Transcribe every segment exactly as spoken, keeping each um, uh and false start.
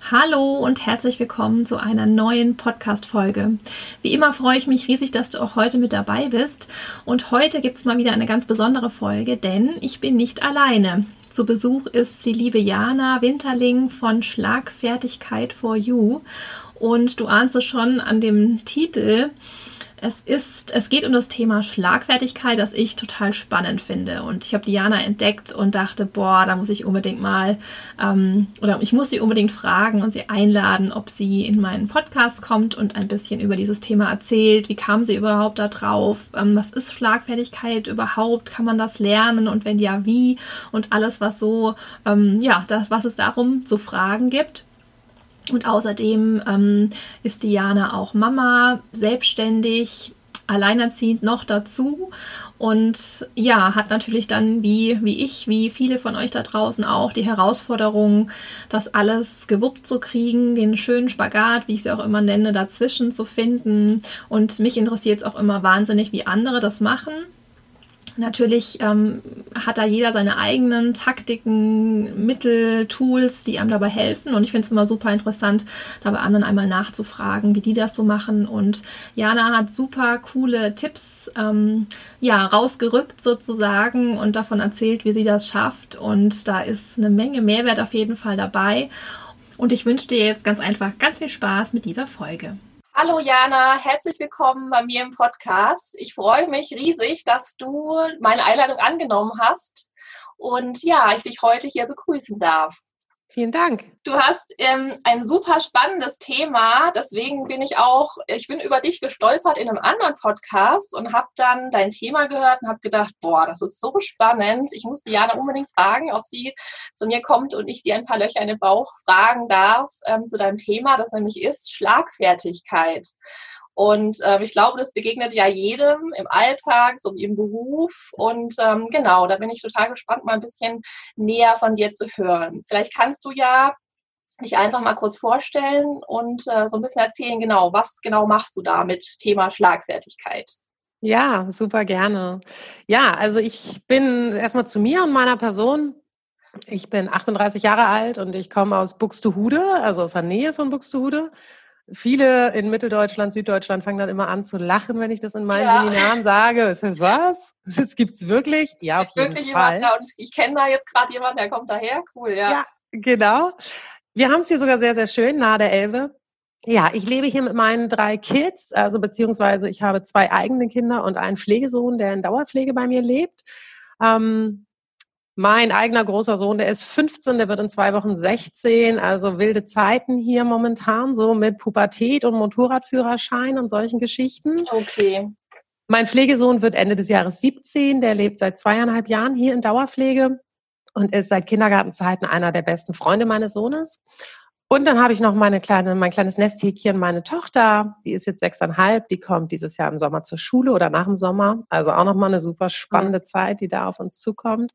Hallo und herzlich willkommen zu einer neuen Podcast-Folge. Wie immer freue ich mich riesig, dass du auch heute mit dabei bist. Und heute gibt es mal wieder eine ganz besondere Folge, denn ich bin nicht alleine. Zu Besuch ist die liebe Jana Winterling von Schlagfertigkeit for You. Und du ahnst es schon an dem Titel. Es ist, es geht um das Thema Schlagfertigkeit, das ich total spannend finde. Und ich habe Diana entdeckt und dachte, boah, da muss ich unbedingt mal, ähm, oder ich muss sie unbedingt fragen und sie einladen, ob sie in meinen Podcast kommt und ein bisschen über dieses Thema erzählt. Wie kam sie überhaupt da drauf? Ähm, was ist Schlagfertigkeit überhaupt? Kann man das lernen? Und wenn ja, wie? Und alles, was so, ähm, ja, das, was es darum zu fragen gibt. Und außerdem ähm, ist Diana auch Mama, selbstständig, alleinerziehend noch dazu und ja, hat natürlich dann wie, wie ich, wie viele von euch da draußen auch, die Herausforderung, das alles gewuppt zu kriegen, den schönen Spagat, wie ich sie auch immer nenne, dazwischen zu finden. Und mich interessiert es auch immer wahnsinnig, wie andere das machen. Natürlich ähm, hat da jeder seine eigenen Taktiken, Mittel, Tools, die einem dabei helfen. Und ich finde es immer super interessant, da bei anderen einmal nachzufragen, wie die das so machen. Und Jana hat super coole Tipps ähm, ja, rausgerückt sozusagen und davon erzählt, wie sie das schafft. Und da ist eine Menge Mehrwert auf jeden Fall dabei. Und ich wünsche dir jetzt ganz einfach ganz viel Spaß mit dieser Folge. Hallo Jana, herzlich willkommen bei mir im Podcast. Ich freue mich riesig, dass du meine Einladung angenommen hast und ja, ich dich heute hier begrüßen darf. Vielen Dank. Du hast ähm, ein super spannendes Thema, deswegen bin ich auch, ich bin über dich gestolpert in einem anderen Podcast und habe dann dein Thema gehört und habe gedacht, boah, das ist so spannend. Ich muss Diana unbedingt fragen, ob sie zu mir kommt und ich dir ein paar Löcher in den Bauch fragen darf ähm, zu deinem Thema, das nämlich ist Schlagfertigkeit. Und ähm, ich glaube, das begegnet ja jedem im Alltag, so wie im Beruf. Und ähm, genau, da bin ich total gespannt, mal ein bisschen näher von dir zu hören. Vielleicht kannst du ja dich einfach mal kurz vorstellen und äh, so ein bisschen erzählen, genau, was genau machst du da mit Thema Schlagfertigkeit? Ja, super gerne. Ja, also ich bin erstmal zu mir und meiner Person. Ich bin achtunddreißig Jahre alt und ich komme aus Buxtehude, also aus der Nähe von Buxtehude. Viele in Mitteldeutschland, Süddeutschland fangen dann immer an zu lachen, wenn ich das in meinen ja. Seminaren sage. Ist das was? Das gibt's wirklich? Ja, auf jeden wirklich Fall. Jemand, ja, und ich kenne da jetzt gerade jemanden, der kommt daher. Cool, ja. Ja, genau. Wir haben es hier sogar sehr, sehr schön, nahe der Elbe. Ja, ich lebe hier mit meinen drei Kids, also beziehungsweise ich habe zwei eigene Kinder und einen Pflegesohn, der in Dauerpflege bei mir lebt. Ähm, Mein eigener großer Sohn, der ist fünfzehn, der wird in zwei Wochen sechzehn, also wilde Zeiten hier momentan, so mit Pubertät und Motorradführerschein und solchen Geschichten. Okay. Mein Pflegesohn wird Ende des Jahres siebzehn, der lebt seit zweieinhalb Jahren hier in Dauerpflege und ist seit Kindergartenzeiten einer der besten Freunde meines Sohnes. Und dann habe ich noch meine kleine, mein kleines Nesthäkchen, meine Tochter, die ist jetzt sechseinhalb, die kommt dieses Jahr im Sommer zur Schule oder nach dem Sommer, also auch nochmal eine super spannende mhm. Zeit, die da auf uns zukommt.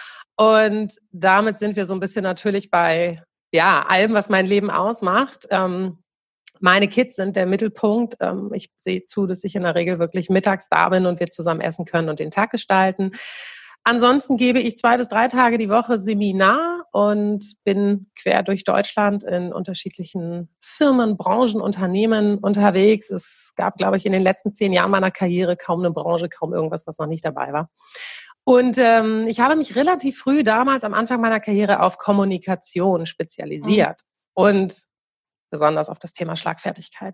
Und damit sind wir so ein bisschen natürlich bei ja allem, was mein Leben ausmacht. Ähm, meine Kids sind der Mittelpunkt. Ähm, ich sehe zu, dass ich in der Regel wirklich mittags da bin und wir zusammen essen können und den Tag gestalten. Ansonsten gebe ich zwei bis drei Tage die Woche Seminar und bin quer durch Deutschland in unterschiedlichen Firmen, Branchen, Unternehmen unterwegs. Es gab, glaube ich, in den letzten zehn Jahren meiner Karriere kaum eine Branche, kaum irgendwas, was noch nicht dabei war. Und ähm, ich habe mich relativ früh damals am Anfang meiner Karriere auf Kommunikation spezialisiert mhm. und besonders auf das Thema Schlagfertigkeit.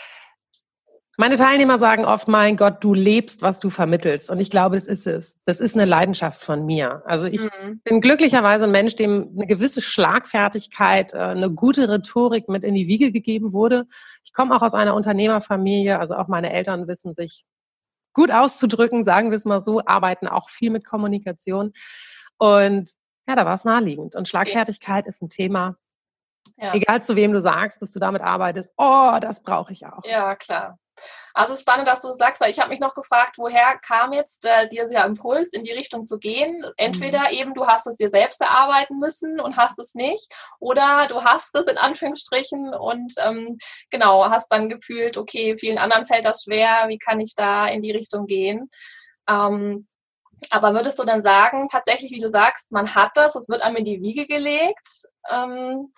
Meine Teilnehmer sagen oft, mein Gott, du lebst, was du vermittelst. Und ich glaube, das ist es. Das ist eine Leidenschaft von mir. Also ich mhm. bin glücklicherweise ein Mensch, dem eine gewisse Schlagfertigkeit, eine gute Rhetorik mit in die Wiege gegeben wurde. Ich komme auch aus einer Unternehmerfamilie, also auch meine Eltern wissen sich gut auszudrücken, sagen wir es mal so, arbeiten auch viel mit Kommunikation. Und ja, da war es naheliegend. Und Schlagfertigkeit okay. ist ein Thema, ja. egal zu wem du sagst, dass du damit arbeitest, oh, das brauche ich auch. Ja, klar. Also es ist spannend, dass du das sagst, weil ich habe mich noch gefragt, woher kam jetzt äh, dieser Impuls, in die Richtung zu gehen? Entweder mhm. eben, du hast es dir selbst erarbeiten müssen und hast es nicht, oder du hast es in Anführungsstrichen und ähm, genau, hast dann gefühlt, okay, vielen anderen fällt das schwer, wie kann ich da in die Richtung gehen? Ähm, aber würdest du dann sagen, tatsächlich, wie du sagst, man hat das, es wird einem in die Wiege gelegt? Ähm,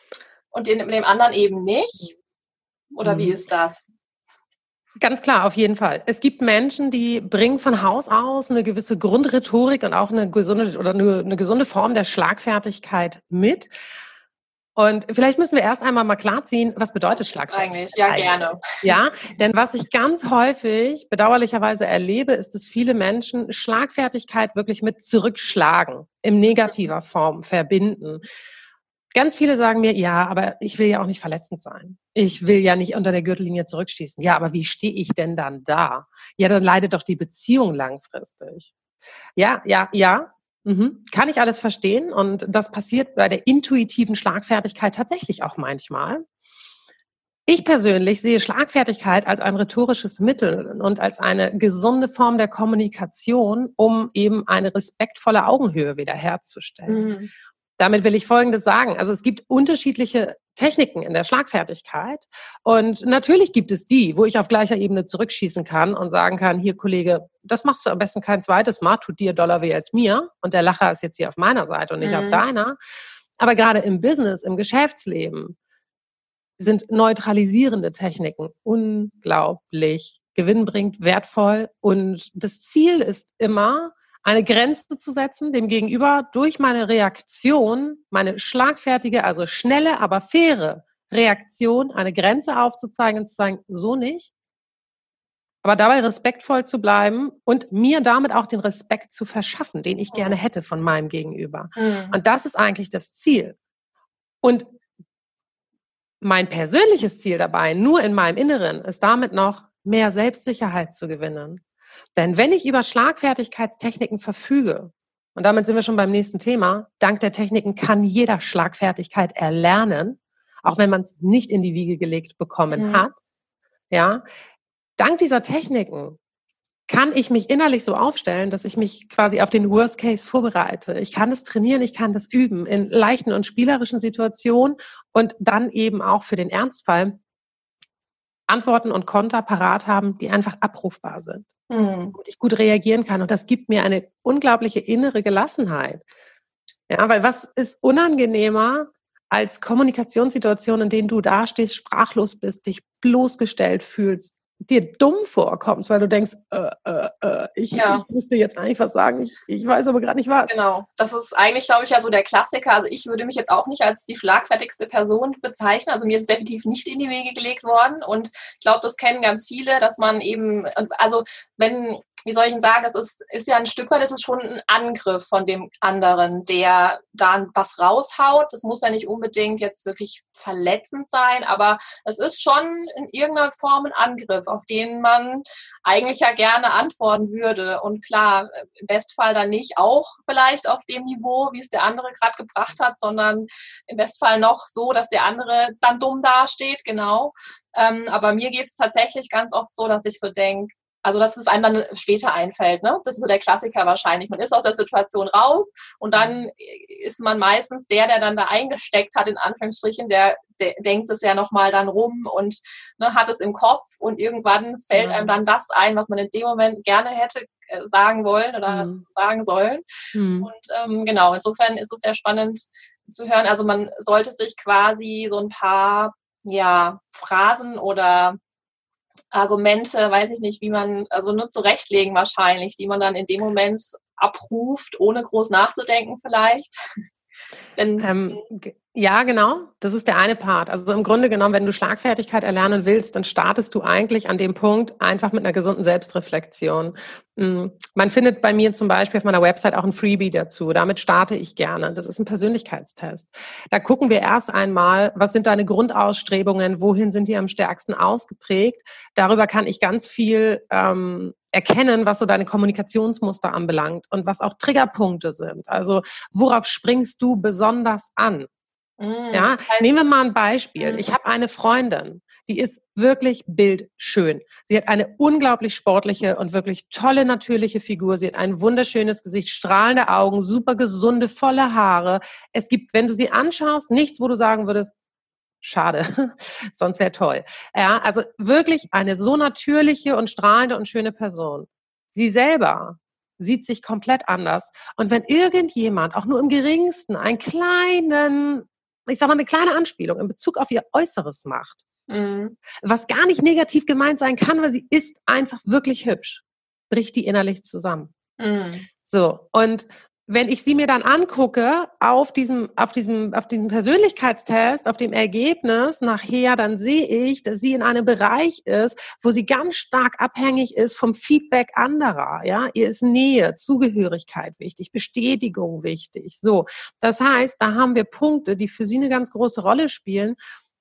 und den, mit dem anderen eben nicht? Oder mhm. wie ist das? Ganz klar, auf jeden Fall. Es gibt Menschen, die bringen von Haus aus eine gewisse Grundrhetorik und auch eine gesunde oder eine, eine gesunde Form der Schlagfertigkeit mit. Und vielleicht müssen wir erst einmal mal klarziehen, was bedeutet Schlagfertigkeit? Eigentlich, ja, eigentlich? Gerne. Ja, denn was ich ganz häufig bedauerlicherweise erlebe, ist, dass viele Menschen Schlagfertigkeit wirklich mit Zurückschlagen in negativer Form verbinden. Ganz viele sagen mir, ja, aber ich will ja auch nicht verletzend sein. Ich will ja nicht unter der Gürtellinie zurückschießen. Ja, aber wie stehe ich denn dann da? Ja, dann leidet doch die Beziehung langfristig. Ja, ja, ja. Mhm. Kann ich alles verstehen, und das passiert bei der intuitiven Schlagfertigkeit tatsächlich auch manchmal. Ich persönlich sehe Schlagfertigkeit als ein rhetorisches Mittel und als eine gesunde Form der Kommunikation, um eben eine respektvolle Augenhöhe wiederherzustellen. Mhm. Damit will ich Folgendes sagen. Also es gibt unterschiedliche Techniken in der Schlagfertigkeit, und natürlich gibt es die, wo ich auf gleicher Ebene zurückschießen kann und sagen kann, hier Kollege, das machst du am besten kein zweites Mal, tut dir doller weh als mir, und der Lacher ist jetzt hier auf meiner Seite und nicht mhm. auf deiner. Aber gerade im Business, im Geschäftsleben sind neutralisierende Techniken unglaublich gewinnbringend, wertvoll, und das Ziel ist immer, eine Grenze zu setzen, dem Gegenüber durch meine Reaktion, meine schlagfertige, also schnelle, aber faire Reaktion, eine Grenze aufzuzeigen und zu sagen, so nicht, aber dabei respektvoll zu bleiben und mir damit auch den Respekt zu verschaffen, den ich gerne hätte von meinem Gegenüber. Mhm. Und das ist eigentlich das Ziel. Und mein persönliches Ziel dabei, nur in meinem Inneren, ist damit noch mehr Selbstsicherheit zu gewinnen. Denn wenn ich über Schlagfertigkeitstechniken verfüge, und damit sind wir schon beim nächsten Thema, dank der Techniken kann jeder Schlagfertigkeit erlernen, auch wenn man es nicht in die Wiege gelegt bekommen mhm. hat. Ja, dank dieser Techniken kann ich mich innerlich so aufstellen, dass ich mich quasi auf den Worst Case vorbereite. Ich kann das trainieren, ich kann das üben in leichten und spielerischen Situationen und dann eben auch für den Ernstfall Antworten und Konter parat haben, die einfach abrufbar sind. Mhm. Und ich gut reagieren kann. Und das gibt mir eine unglaubliche innere Gelassenheit. Ja, weil was ist unangenehmer als Kommunikationssituationen, in denen du dastehst, sprachlos bist, dich bloßgestellt fühlst, dir dumm vorkommst, weil du denkst, äh, äh, äh, ich, ja. ich müsste jetzt eigentlich was sagen, ich, ich weiß aber gerade nicht was. Genau, das ist eigentlich, glaube ich, ja so der Klassiker. Also ich würde mich jetzt auch nicht als die schlagfertigste Person bezeichnen. Also mir ist es definitiv nicht in die Wege gelegt worden, und ich glaube, das kennen ganz viele, dass man eben, also wenn, wie soll ich denn sagen, es ist, ist ja ein Stück weit, es ist schon ein Angriff von dem anderen, der da was raushaut. Das muss ja nicht unbedingt jetzt wirklich verletzend sein, aber es ist schon in irgendeiner Form ein Angriff, auf den man eigentlich ja gerne antworten würde. Und klar, im Bestfall dann nicht auch vielleicht auf dem Niveau, wie es der andere gerade gebracht hat, sondern im Bestfall noch so, dass der andere dann dumm dasteht, genau. Ähm, aber mir geht es tatsächlich ganz oft so, dass ich so denke, also dass es einem dann später einfällt, ne? Das ist so der Klassiker wahrscheinlich. Man ist aus der Situation raus und dann ist man meistens der, der dann da eingesteckt hat, in Anführungsstrichen, der, der denkt es ja nochmal dann rum und ne, hat es im Kopf, und irgendwann fällt einem dann das ein, was man in dem Moment gerne hätte äh, sagen wollen oder mhm. sagen sollen. Mhm. Und ähm, genau, insofern ist es sehr spannend zu hören. Also man sollte sich quasi so ein paar ja, Phrasen oder Argumente, weiß ich nicht, wie man, also nur zurechtlegen wahrscheinlich, die man dann in dem Moment abruft, ohne groß nachzudenken vielleicht. Denn ähm, ja, genau. Das ist der eine Part. Also im Grunde genommen, wenn du Schlagfertigkeit erlernen willst, dann startest du eigentlich an dem Punkt einfach mit einer gesunden Selbstreflexion. Man findet bei mir zum Beispiel auf meiner Website auch ein Freebie dazu. Damit starte ich gerne. Das ist ein Persönlichkeitstest. Da gucken wir erst einmal, was sind deine Grundausstrebungen, wohin sind die am stärksten ausgeprägt. Darüber kann ich ganz viel ähm, erkennen, was so deine Kommunikationsmuster anbelangt und was auch Triggerpunkte sind. Also worauf springst du besonders an? Mm, ja, nehmen wir mal ein Beispiel. Mm. Ich habe eine Freundin, die ist wirklich bildschön. Sie hat eine unglaublich sportliche und wirklich tolle natürliche Figur. Sie hat ein wunderschönes Gesicht, strahlende Augen, super gesunde, volle Haare. Es gibt, wenn du sie anschaust, nichts, wo du sagen würdest, schade, sonst wäre toll. Ja, also wirklich eine so natürliche und strahlende und schöne Person. Sie selber sieht sich komplett anders. Und wenn irgendjemand auch nur im geringsten einen kleinen ich sag mal, eine kleine Anspielung in Bezug auf ihr Äußeres macht, Mhm. was gar nicht negativ gemeint sein kann, weil sie ist einfach wirklich hübsch, bricht die innerlich zusammen. Mhm. So, und wenn ich sie mir dann angucke auf diesem, auf diesem, auf diesem Persönlichkeitstest, auf dem Ergebnis nachher, dann sehe ich, dass sie in einem Bereich ist, wo sie ganz stark abhängig ist vom Feedback anderer. Ja, ihr ist Nähe, Zugehörigkeit wichtig, Bestätigung wichtig. So, das heißt, da haben wir Punkte, die für sie eine ganz große Rolle spielen,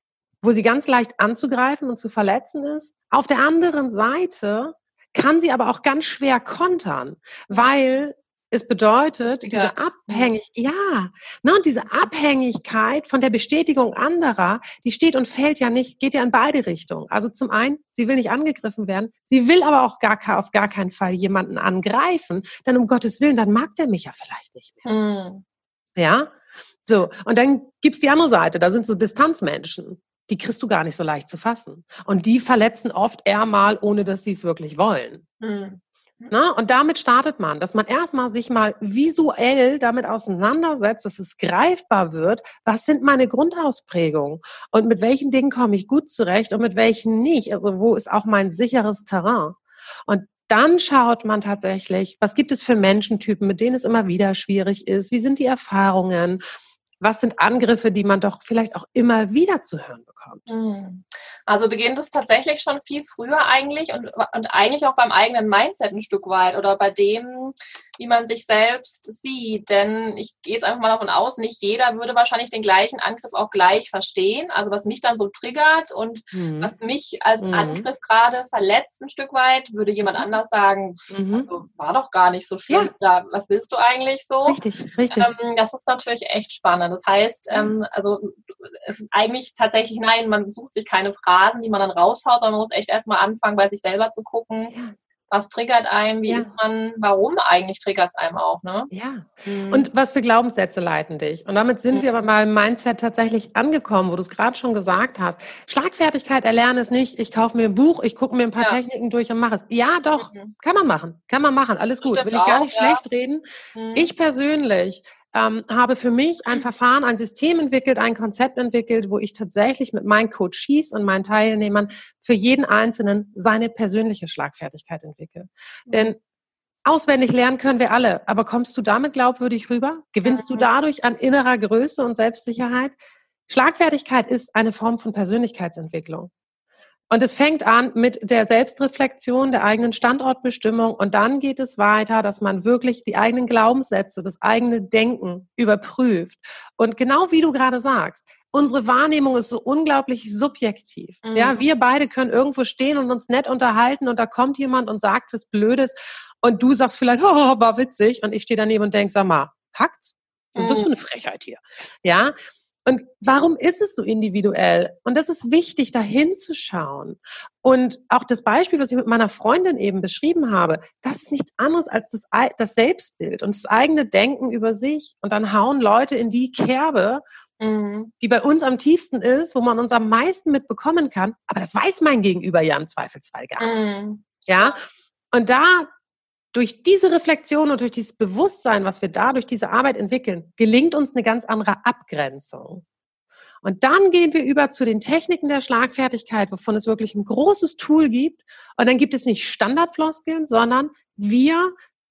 wo sie ganz leicht anzugreifen und zu verletzen ist. Auf der anderen Seite kann sie aber auch ganz schwer kontern, weil es bedeutet, Richtig, diese ja. Abhängig, ja, ne, und diese Abhängigkeit von der Bestätigung anderer, die steht und fällt ja nicht, geht ja in beide Richtungen. Also zum einen, sie will nicht angegriffen werden, sie will aber auch gar, auf gar keinen Fall jemanden angreifen, denn um Gottes Willen, dann mag der mich ja vielleicht nicht mehr. Mhm. Ja, so, und dann gibt's die andere Seite, da sind so Distanzmenschen. Die kriegst du gar nicht so leicht zu fassen. Und die verletzen oft eher mal, ohne dass sie es wirklich wollen. Mhm. Na, und damit startet man, dass man erstmal sich mal visuell damit auseinandersetzt, dass es greifbar wird, was sind meine Grundausprägungen und mit welchen Dingen komme ich gut zurecht und mit welchen nicht. Also wo ist auch mein sicheres Terrain? Und dann schaut man tatsächlich, was gibt es für Menschentypen, mit denen es immer wieder schwierig ist? Wie sind die Erfahrungen? Was sind Angriffe, die man doch vielleicht auch immer wieder zu hören bekommt? Mhm. Also beginnt es tatsächlich schon viel früher eigentlich und, und eigentlich auch beim eigenen Mindset ein Stück weit oder bei dem, wie man sich selbst sieht. Denn ich gehe jetzt einfach mal davon aus, nicht jeder würde wahrscheinlich den gleichen Angriff auch gleich verstehen. Also was mich dann so triggert und Mhm. was mich als Mhm. Angriff gerade verletzt ein Stück weit, würde jemand anders sagen, Mhm. also war doch gar nicht so schlimm. Ja. Oder was willst du eigentlich so? Richtig, richtig. Ähm, das ist natürlich echt spannend. Das heißt, ähm, also es ist eigentlich tatsächlich, nein, man sucht sich keine Phrasen, die man dann raushaut, sondern man muss echt erstmal anfangen, bei sich selber zu gucken, Ja. was triggert einem, wie Ja. ist man, warum eigentlich triggert es einem auch, ne? Ja. Mhm. Und was für Glaubenssätze leiten dich? Und damit sind Mhm. wir aber beim Mindset tatsächlich angekommen, wo du es gerade schon gesagt hast. Schlagfertigkeit erlernen ist nicht, ich kaufe mir ein Buch, ich gucke mir ein paar Ja. Techniken durch und mache es. Ja, doch, Mhm. kann man machen. Kann man machen, alles gut. Stimmt Will ich gar auch, nicht ja. schlecht reden. Mhm. Ich persönlich ähm, habe für mich ein Verfahren, ein System entwickelt, ein Konzept entwickelt, wo ich tatsächlich mit meinen Coaches und meinen Teilnehmern für jeden Einzelnen seine persönliche Schlagfertigkeit entwickle. Mhm. Denn auswendig lernen können wir alle, aber kommst du damit glaubwürdig rüber? Gewinnst du Mhm. dadurch an innerer Größe und Selbstsicherheit? Schlagfertigkeit ist eine Form von Persönlichkeitsentwicklung. Und es fängt an mit der Selbstreflexion, der eigenen Standortbestimmung und dann geht es weiter, dass man wirklich die eigenen Glaubenssätze, das eigene Denken überprüft. Und genau wie du gerade sagst, unsere Wahrnehmung ist so unglaublich subjektiv. Mhm. Ja, wir beide können irgendwo stehen und uns nett unterhalten und da kommt jemand und sagt was Blödes und du sagst vielleicht, oh, war witzig und ich stehe daneben und denke, sag mal, hackt's? Was ist das für eine Frechheit hier? Ja, und warum ist es so individuell? Und das ist wichtig, da hinzuschauen. Und auch das Beispiel, was ich mit meiner Freundin eben beschrieben habe, das ist nichts anderes als das, das Selbstbild und das eigene Denken über sich. Und dann hauen Leute in die Kerbe, Mhm. die bei uns am tiefsten ist, wo man uns am meisten mitbekommen kann. Aber das weiß mein Gegenüber ja im Zweifelsfall gar nicht. Mhm. Ja? Und da durch diese Reflexion und durch dieses Bewusstsein, was wir da durch diese Arbeit entwickeln, gelingt uns eine ganz andere Abgrenzung. Und dann gehen wir über zu den Techniken der Schlagfertigkeit, wovon es wirklich ein großes Tool gibt. Und dann gibt es nicht Standardfloskeln, sondern wir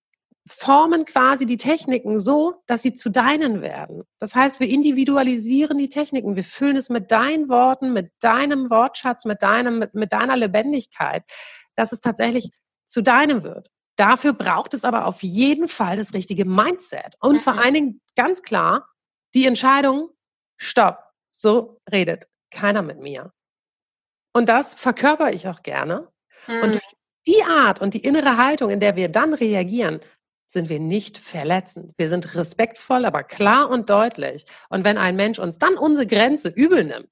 formen quasi die Techniken so, dass sie zu deinen werden. Das heißt, wir individualisieren die Techniken. Wir füllen es mit deinen Worten, mit deinem Wortschatz, mit deinem, mit, mit deiner Lebendigkeit, dass es tatsächlich zu deinem wird. Dafür braucht es aber auf jeden Fall das richtige Mindset. Und Mhm. vor allen Dingen ganz klar die Entscheidung, stopp, so redet keiner mit mir. Und das verkörper ich auch gerne. Mhm. Und durch die Art und die innere Haltung, in der wir dann reagieren, sind wir nicht verletzend. Wir sind respektvoll, aber klar und deutlich. Und wenn ein Mensch uns dann unsere Grenze übel nimmt,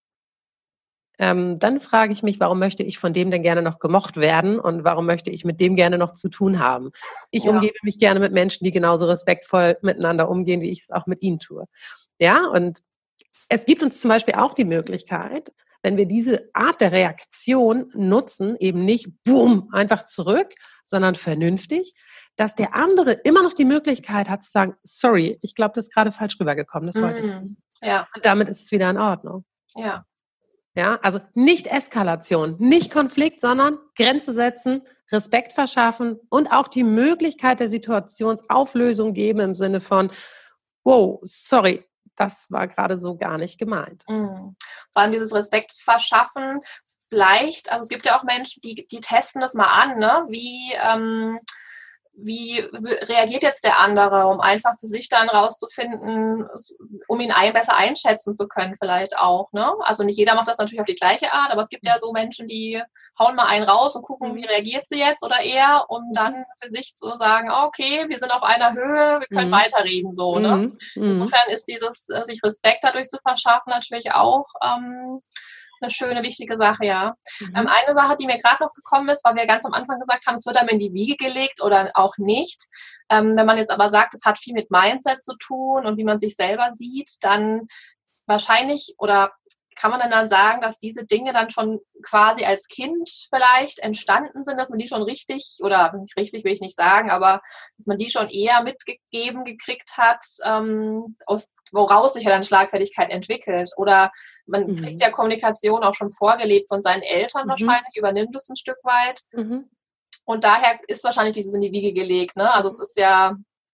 Ähm, dann frage ich mich, warum möchte ich von dem denn gerne noch gemocht werden und warum möchte ich mit dem gerne noch zu tun haben? Ich Ja. umgebe mich gerne mit Menschen, die genauso respektvoll miteinander umgehen, wie ich es auch mit ihnen tue. Ja, und es gibt uns zum Beispiel auch die Möglichkeit, wenn wir diese Art der Reaktion nutzen, eben nicht boom, einfach zurück, sondern vernünftig, dass der andere immer noch die Möglichkeit hat zu sagen, sorry, ich glaube, das ist gerade falsch rübergekommen, das wollte ich Mhm. nicht. Ja. Und damit ist es wieder in Ordnung. Ja. Ja, also nicht Eskalation, nicht Konflikt, sondern Grenze setzen, Respekt verschaffen und auch die Möglichkeit der Situationsauflösung geben im Sinne von, wow, sorry, das war gerade so gar nicht gemeint. Mhm. Vor allem dieses Respekt verschaffen, vielleicht, also es gibt ja auch Menschen, die, die testen das mal an, ne? Wie, ähm, wie reagiert jetzt der andere, um einfach für sich dann rauszufinden, um ihn ein, besser einschätzen zu können vielleicht auch, ne? Also nicht jeder macht das natürlich auf die gleiche Art, aber es gibt ja so Menschen, die hauen mal einen raus und gucken, wie reagiert sie jetzt oder er, um dann für sich zu sagen, okay, wir sind auf einer Höhe, wir können Mhm. weiterreden, so, ne? Mhm. Insofern ist dieses, äh, sich Respekt dadurch zu verschaffen, natürlich auch ähm, eine schöne, wichtige Sache, ja. Mhm. Ähm, eine Sache, die mir gerade noch gekommen ist, weil wir ganz am Anfang gesagt haben, es wird einem in die Wiege gelegt oder auch nicht. Ähm, wenn man jetzt aber sagt, es hat viel mit Mindset zu tun und wie man sich selber sieht, dann wahrscheinlich oder kann man dann sagen, dass diese Dinge dann schon quasi als Kind vielleicht entstanden sind, dass man die schon richtig, oder nicht richtig will ich nicht sagen, aber dass man die schon eher mitgegeben gekriegt hat, ähm, aus, woraus sich ja dann Schlagfertigkeit entwickelt. Oder man Mhm. kriegt ja Kommunikation auch schon vorgelebt von seinen Eltern Mhm. wahrscheinlich, übernimmt es ein Stück weit. Mhm. Und daher ist wahrscheinlich dieses in die Wiege gelegt. Ne? Also es ist ja...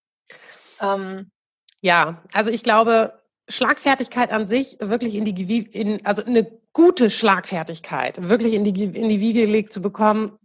Ähm, ja, also ich glaube, Schlagfertigkeit an sich wirklich in die, in, also eine gute Schlagfertigkeit wirklich in die, in die Wiege gelegt zu bekommen,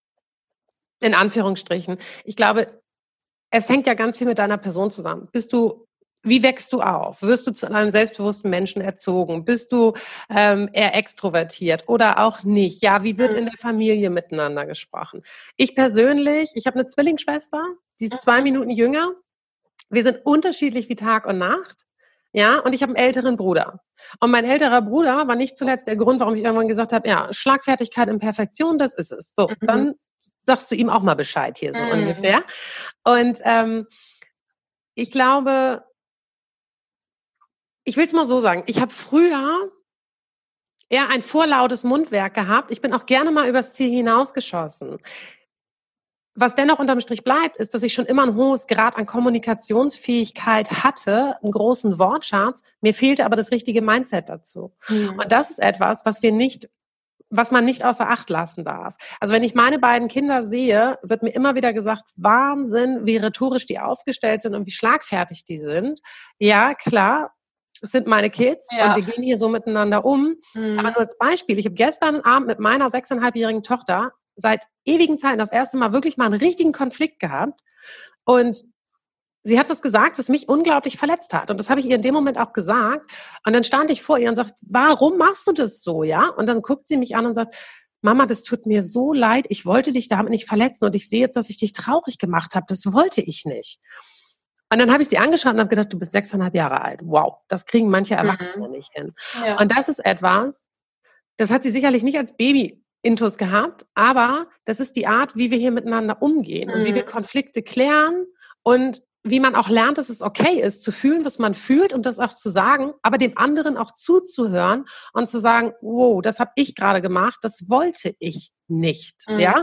in Anführungsstrichen. Ich glaube, es hängt ja ganz viel mit deiner Person zusammen. Bist du, wie wächst du auf? Wirst du zu einem selbstbewussten Menschen erzogen? Bist du ähm, eher extrovertiert oder auch nicht? Ja, wie wird in der Familie miteinander gesprochen? Ich persönlich, ich habe eine Zwillingsschwester, die ist zwei Minuten jünger. Wir sind unterschiedlich wie Tag und Nacht. Ja, und ich habe einen älteren Bruder. Und mein älterer Bruder war nicht zuletzt der Grund, warum ich irgendwann gesagt habe, ja, Schlagfertigkeit und Perfektion, das ist es. So, Mhm. dann sagst du ihm auch mal Bescheid hier so Mhm. ungefähr. Und ähm, ich glaube, ich will es mal so sagen, ich habe früher eher ein vorlautes Mundwerk gehabt. Ich bin auch gerne mal übers Ziel hinausgeschossen. Was dennoch unterm Strich bleibt, ist, dass ich schon immer ein hohes Grad an Kommunikationsfähigkeit hatte, einen großen Wortschatz. Mir fehlte aber das richtige Mindset dazu. Mhm. Und das ist etwas, was wir nicht, was man nicht außer Acht lassen darf. Also wenn ich meine beiden Kinder sehe, wird mir immer wieder gesagt, Wahnsinn, wie rhetorisch die aufgestellt sind und wie schlagfertig die sind. Ja, klar. Es sind meine Kids Ja. und wir gehen hier so miteinander um. Mhm. Aber nur als Beispiel, ich habe gestern Abend mit meiner sechseinhalbjährigen Tochter seit ewigen Zeiten das erste Mal wirklich mal einen richtigen Konflikt gehabt. Und sie hat was gesagt, was mich unglaublich verletzt hat. Und das habe ich ihr in dem Moment auch gesagt. Und dann stand ich vor ihr und sagte, warum machst du das so, ja? Und dann guckt sie mich an und sagt, Mama, das tut mir so leid. Ich wollte dich damit nicht verletzen. Und ich sehe jetzt, dass ich dich traurig gemacht habe. Das wollte ich nicht. Und dann habe ich sie angeschaut und habe gedacht, du bist sechseinhalb Jahre alt. Wow, das kriegen manche Erwachsene Mhm. nicht hin. Ja. Und das ist etwas, das hat sie sicherlich nicht als Baby Intus gehabt, aber das ist die Art, wie wir hier miteinander umgehen und wie wir Konflikte klären und wie man auch lernt, dass es okay ist, zu fühlen, was man fühlt und das auch zu sagen, aber dem anderen auch zuzuhören und zu sagen, wow, das habe ich gerade gemacht, das wollte ich nicht, Mhm. ja?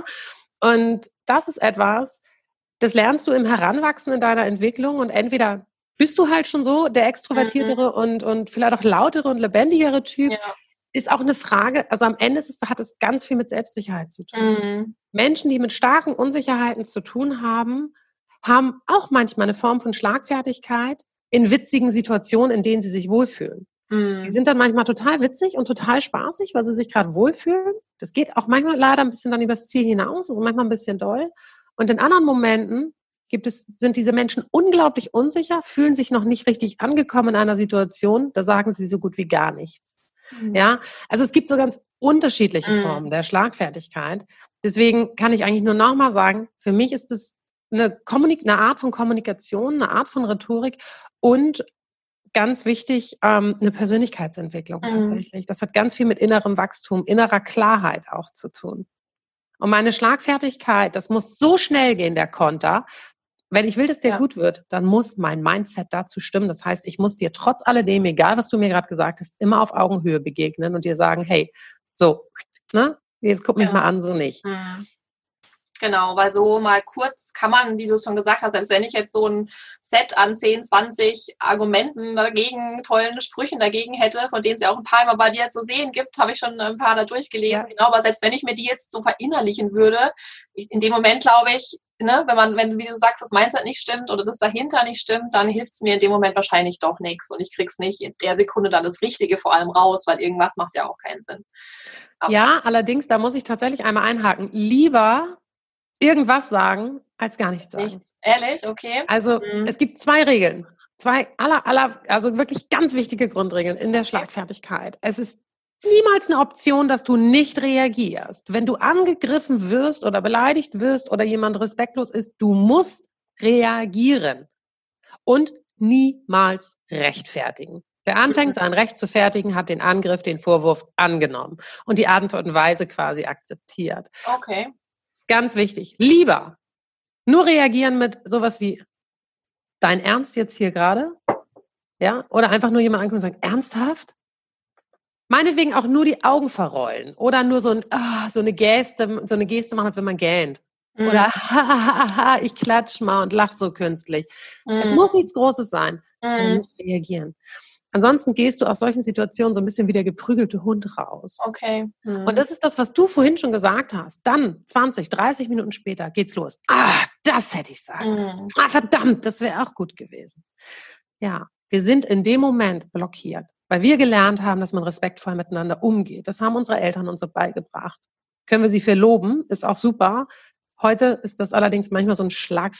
Und das ist etwas, das lernst du im Heranwachsen in deiner Entwicklung und entweder bist du halt schon so der extrovertiertere Mhm. und, und vielleicht auch lautere und lebendigere Typ, Ja. ist auch eine Frage, also am Ende ist es, hat es ganz viel mit Selbstsicherheit zu tun. Mhm. Menschen, die mit starken Unsicherheiten zu tun haben, haben auch manchmal eine Form von Schlagfertigkeit in witzigen Situationen, in denen sie sich wohlfühlen. Mhm. Die sind dann manchmal total witzig und total spaßig, weil sie sich gerade wohlfühlen. Das geht auch manchmal leider ein bisschen dann übers Ziel hinaus, also manchmal ein bisschen doll. Und in anderen Momenten gibt es, sind diese Menschen unglaublich unsicher, fühlen sich noch nicht richtig angekommen in einer Situation, da sagen sie so gut wie gar nichts. Mhm. Ja, also es gibt so ganz unterschiedliche Mhm. Formen der Schlagfertigkeit. Deswegen kann ich eigentlich nur nochmal sagen, für mich ist es eine, Kommunik- eine Art von Kommunikation, eine Art von Rhetorik und ganz wichtig, ähm, eine Persönlichkeitsentwicklung Mhm. tatsächlich. Das hat ganz viel mit innerem Wachstum, innerer Klarheit auch zu tun. Und meine Schlagfertigkeit, das muss so schnell gehen, der Konter. Wenn ich will, dass dir Ja. gut wird, dann muss mein Mindset dazu stimmen. Das heißt, ich muss dir trotz alledem, egal was du mir gerade gesagt hast, immer auf Augenhöhe begegnen und dir sagen, hey, so, ne, jetzt guck mich Ja. mal an, so nicht. Mhm. Genau, weil so mal kurz kann man, wie du es schon gesagt hast, selbst wenn ich jetzt so ein Set an zehn, zwanzig Argumenten dagegen, tollen Sprüchen dagegen hätte, von denen es ja auch ein paar immer bei dir zu sehen gibt, habe ich schon ein paar da durchgelesen. Ja. Genau, aber selbst wenn ich mir die jetzt so verinnerlichen würde, in dem Moment glaube ich, ne, wenn man, wenn, wie du sagst, das Mindset nicht stimmt oder das dahinter nicht stimmt, dann hilft es mir in dem Moment wahrscheinlich doch nichts und ich krieg's nicht in der Sekunde dann das Richtige vor allem raus, weil irgendwas macht ja auch keinen Sinn. Aber Ja, allerdings, da muss ich tatsächlich einmal einhaken. Lieber irgendwas sagen, als gar nichts sagen. nichts. Ehrlich? Okay. Also Mhm. es gibt zwei Regeln. Zwei aller, aller, also wirklich ganz wichtige Grundregeln in der Schlagfertigkeit. Es ist niemals eine Option, dass du nicht reagierst. Wenn du angegriffen wirst oder beleidigt wirst oder jemand respektlos ist, du musst reagieren und niemals rechtfertigen. Wer anfängt, sein Recht zu fertigen, hat den Angriff, den Vorwurf angenommen und die Art und Weise quasi akzeptiert. Okay. Ganz wichtig. Lieber nur reagieren mit sowas wie dein Ernst jetzt hier gerade? Ja? Oder einfach nur jemand angucken und sagen, ernsthaft? Meinetwegen auch nur die Augen verrollen oder nur so, ein, ah, so eine Geste, so eine Geste machen, als wenn man gähnt. Mhm. Oder ha, ha, ha, ich klatsch mal und lach so künstlich. Mhm. Es muss nichts Großes sein. Mhm. Du musst reagieren. Ansonsten gehst du aus solchen Situationen so ein bisschen wie der geprügelte Hund raus. Okay. Mhm. Und das ist das, was du vorhin schon gesagt hast. Dann, zwanzig, dreißig Minuten später, geht's los. Ah, das hätte ich sagen können. Mhm. Ah, verdammt, das wäre auch gut gewesen. Ja, wir sind in dem Moment blockiert, weil wir gelernt haben, dass man respektvoll miteinander umgeht. Das haben unsere Eltern uns so beigebracht. Können wir sie für loben, ist auch super. Heute ist das allerdings manchmal so ein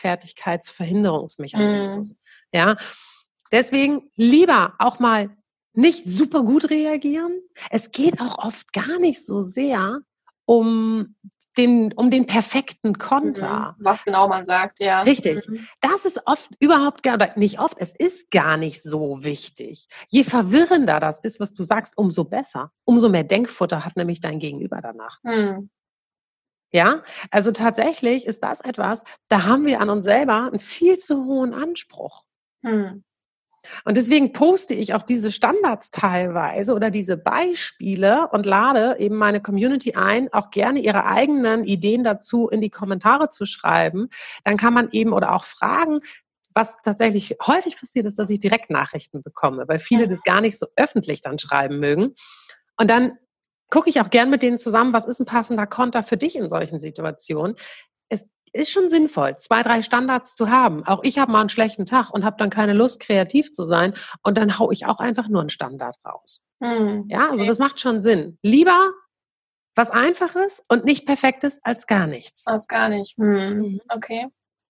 Schlagfertigkeitsverhinderungsmechanismus. Mhm. Ja, deswegen lieber auch mal nicht super gut reagieren. Es geht auch oft gar nicht so sehr um den, um den perfekten Konter. Mhm. Was genau man sagt, ja. Richtig. Mhm. Das ist oft überhaupt gar, oder nicht oft, es ist gar nicht so wichtig. Je verwirrender das ist, was du sagst, umso besser. Umso mehr Denkfutter hat nämlich dein Gegenüber danach. Mhm. Ja, also tatsächlich ist das etwas, da haben wir an uns selber einen viel zu hohen Anspruch. Mhm. Und deswegen poste ich auch diese Standards teilweise oder diese Beispiele und lade eben meine Community ein, auch gerne ihre eigenen Ideen dazu in die Kommentare zu schreiben. Dann kann man eben oder auch fragen, was tatsächlich häufig passiert ist, dass ich Direktnachrichten bekomme, weil viele das gar nicht so öffentlich dann schreiben mögen. Und dann gucke ich auch gern mit denen zusammen, was ist ein passender Konter für dich in solchen Situationen. Es ist schon sinnvoll, zwei, drei Standards zu haben. Auch ich habe mal einen schlechten Tag und habe dann keine Lust, kreativ zu sein. Und dann hau ich auch einfach nur einen Standard raus. Mhm. Ja, also Okay. das macht schon Sinn. Lieber was Einfaches und nicht Perfektes als gar nichts. Das gar nicht. Mhm. Mhm. Okay.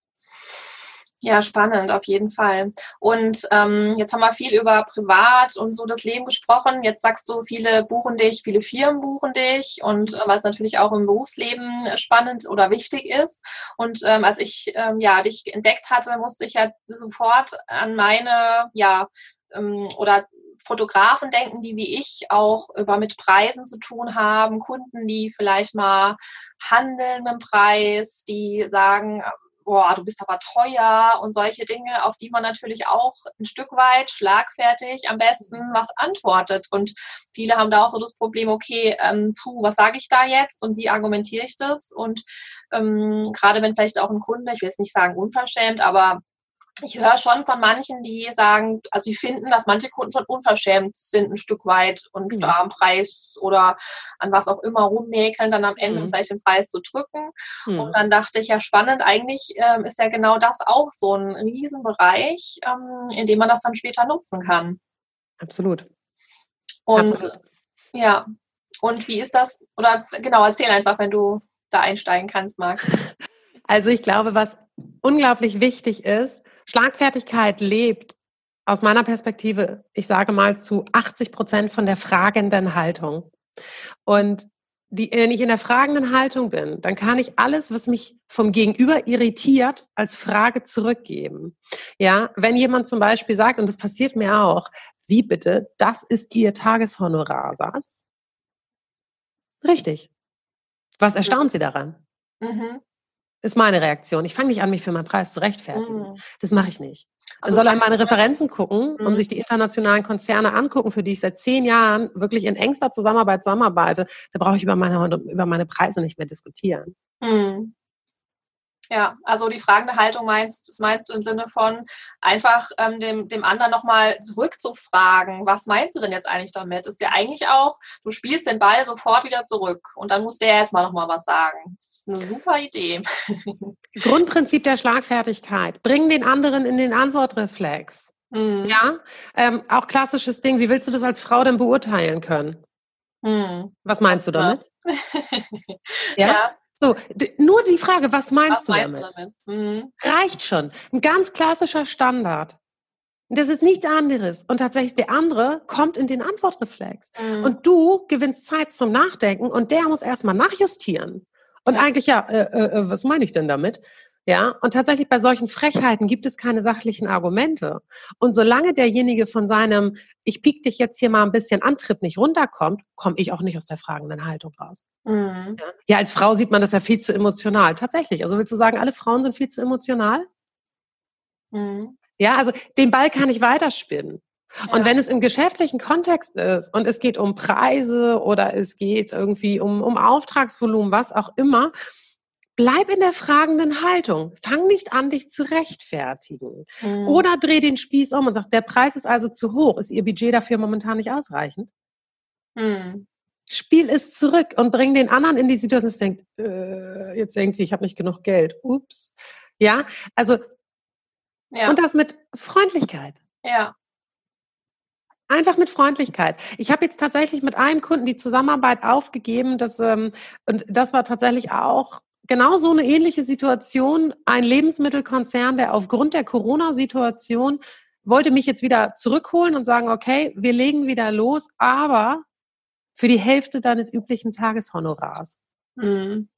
Ja, spannend, auf jeden Fall. Und ähm, jetzt haben wir viel über Privat und so das Leben gesprochen. Jetzt sagst du, viele buchen dich, viele Firmen buchen dich und äh, weil es natürlich auch im Berufsleben spannend oder wichtig ist. Und ähm, als ich ähm, ja dich entdeckt hatte, musste ich ja sofort an meine, ja, ähm, oder Fotografen denken, die wie ich auch über mit Preisen zu tun haben, Kunden, die vielleicht mal handeln mit dem Preis, die sagen, boah, du bist aber teuer und solche Dinge, auf die man natürlich auch ein Stück weit schlagfertig am besten was antwortet. Und viele haben da auch so das Problem, okay, ähm, puh, was sage ich da jetzt und wie argumentiere ich das? Und ähm, gerade wenn vielleicht auch ein Kunde, ich will jetzt nicht sagen unverschämt, aber ich höre schon von manchen, die sagen, also die finden, dass manche Kunden schon unverschämt sind ein Stück weit und Mhm. da am Preis oder an was auch immer rummäkeln, dann am Ende Mhm. vielleicht den Preis zu drücken. Mhm. Und dann dachte ich, ja spannend, eigentlich ähm, ist ja genau das auch so ein Riesenbereich, ähm, in dem man das dann später nutzen kann. Absolut. Und Absolut. ja, und wie ist das? Oder genau, erzähl einfach, wenn du da einsteigen kannst, Max. Also ich glaube, was unglaublich wichtig ist, Schlagfertigkeit lebt aus meiner Perspektive, ich sage mal, zu achtzig Prozent von der fragenden Haltung. Und die, wenn ich in der fragenden Haltung bin, dann kann ich alles, was mich vom Gegenüber irritiert, als Frage zurückgeben. Ja, wenn jemand zum Beispiel sagt, und das passiert mir auch, wie bitte, das ist Ihr Tageshonorarsatz? Richtig. Was erstaunt Sie daran? Mhm. Ist meine Reaktion. Ich fange nicht an, mich für meinen Preis zu rechtfertigen. Mhm. Das mache ich nicht. Dann Also soll er es in meine Referenzen gucken Mhm. und sich die internationalen Konzerne angucken, für die ich seit zehn Jahren wirklich in engster Zusammenarbeit zusammenarbeite. Da brauche ich über meine, über meine Preise nicht mehr diskutieren. Mhm. Ja, also die fragende Haltung meinst, das meinst du im Sinne von einfach ähm, dem, dem anderen nochmal zurückzufragen, was meinst du denn jetzt eigentlich damit? Ist ja eigentlich auch, du spielst den Ball sofort wieder zurück und dann muss der erstmal nochmal was sagen. Das ist eine super Idee. Grundprinzip der Schlagfertigkeit. Bring den anderen in den Antwortreflex. Hm. Ja, ähm, auch klassisches Ding. Wie willst du das als Frau denn beurteilen können? Hm. Was meinst du damit? Ja? Ja. So, d- nur die Frage, was meinst, Was du, meinst damit? du damit? Mhm. Reicht schon. Ein ganz klassischer Standard. Das ist nichts anderes. Und tatsächlich der andere kommt in den Antwortreflex. Mhm. Und du gewinnst Zeit zum Nachdenken und der muss erstmal nachjustieren. Und Ja. eigentlich, ja, äh, äh, was meine ich denn damit? Ja, und tatsächlich bei solchen Frechheiten gibt es keine sachlichen Argumente. Und solange derjenige von seinem, ich piek dich jetzt hier mal ein bisschen Antrieb nicht runterkommt, komme ich auch nicht aus der fragenden Haltung raus. Mhm. Ja. Ja, als Frau sieht man das ja viel zu emotional. Tatsächlich. Also willst du sagen, alle Frauen sind viel zu emotional? Mhm. Ja, also den Ball kann ich weiterspinnen. Ja. Und wenn es im geschäftlichen Kontext ist und es geht um Preise oder es geht irgendwie um, um Auftragsvolumen, was auch immer, bleib in der fragenden Haltung. Fang nicht an, dich zu rechtfertigen. Mhm. Oder dreh den Spieß um und sag, der Preis ist also zu hoch. Ist Ihr Budget dafür momentan nicht ausreichend? Mhm. Spiel es zurück und bring den anderen in die Situation, dass denkt, äh, jetzt denkt sie, ich habe nicht genug Geld. Ups. Ja, also, Ja. und das mit Freundlichkeit. Ja. Einfach mit Freundlichkeit. Ich habe jetzt tatsächlich mit einem Kunden die Zusammenarbeit aufgegeben, dass, ähm, und das war tatsächlich auch genau so eine ähnliche Situation. Ein Lebensmittelkonzern, der aufgrund der Corona-Situation wollte mich jetzt wieder zurückholen und sagen, okay, wir legen wieder los, aber für die Hälfte deines üblichen Tageshonorars. Mhm.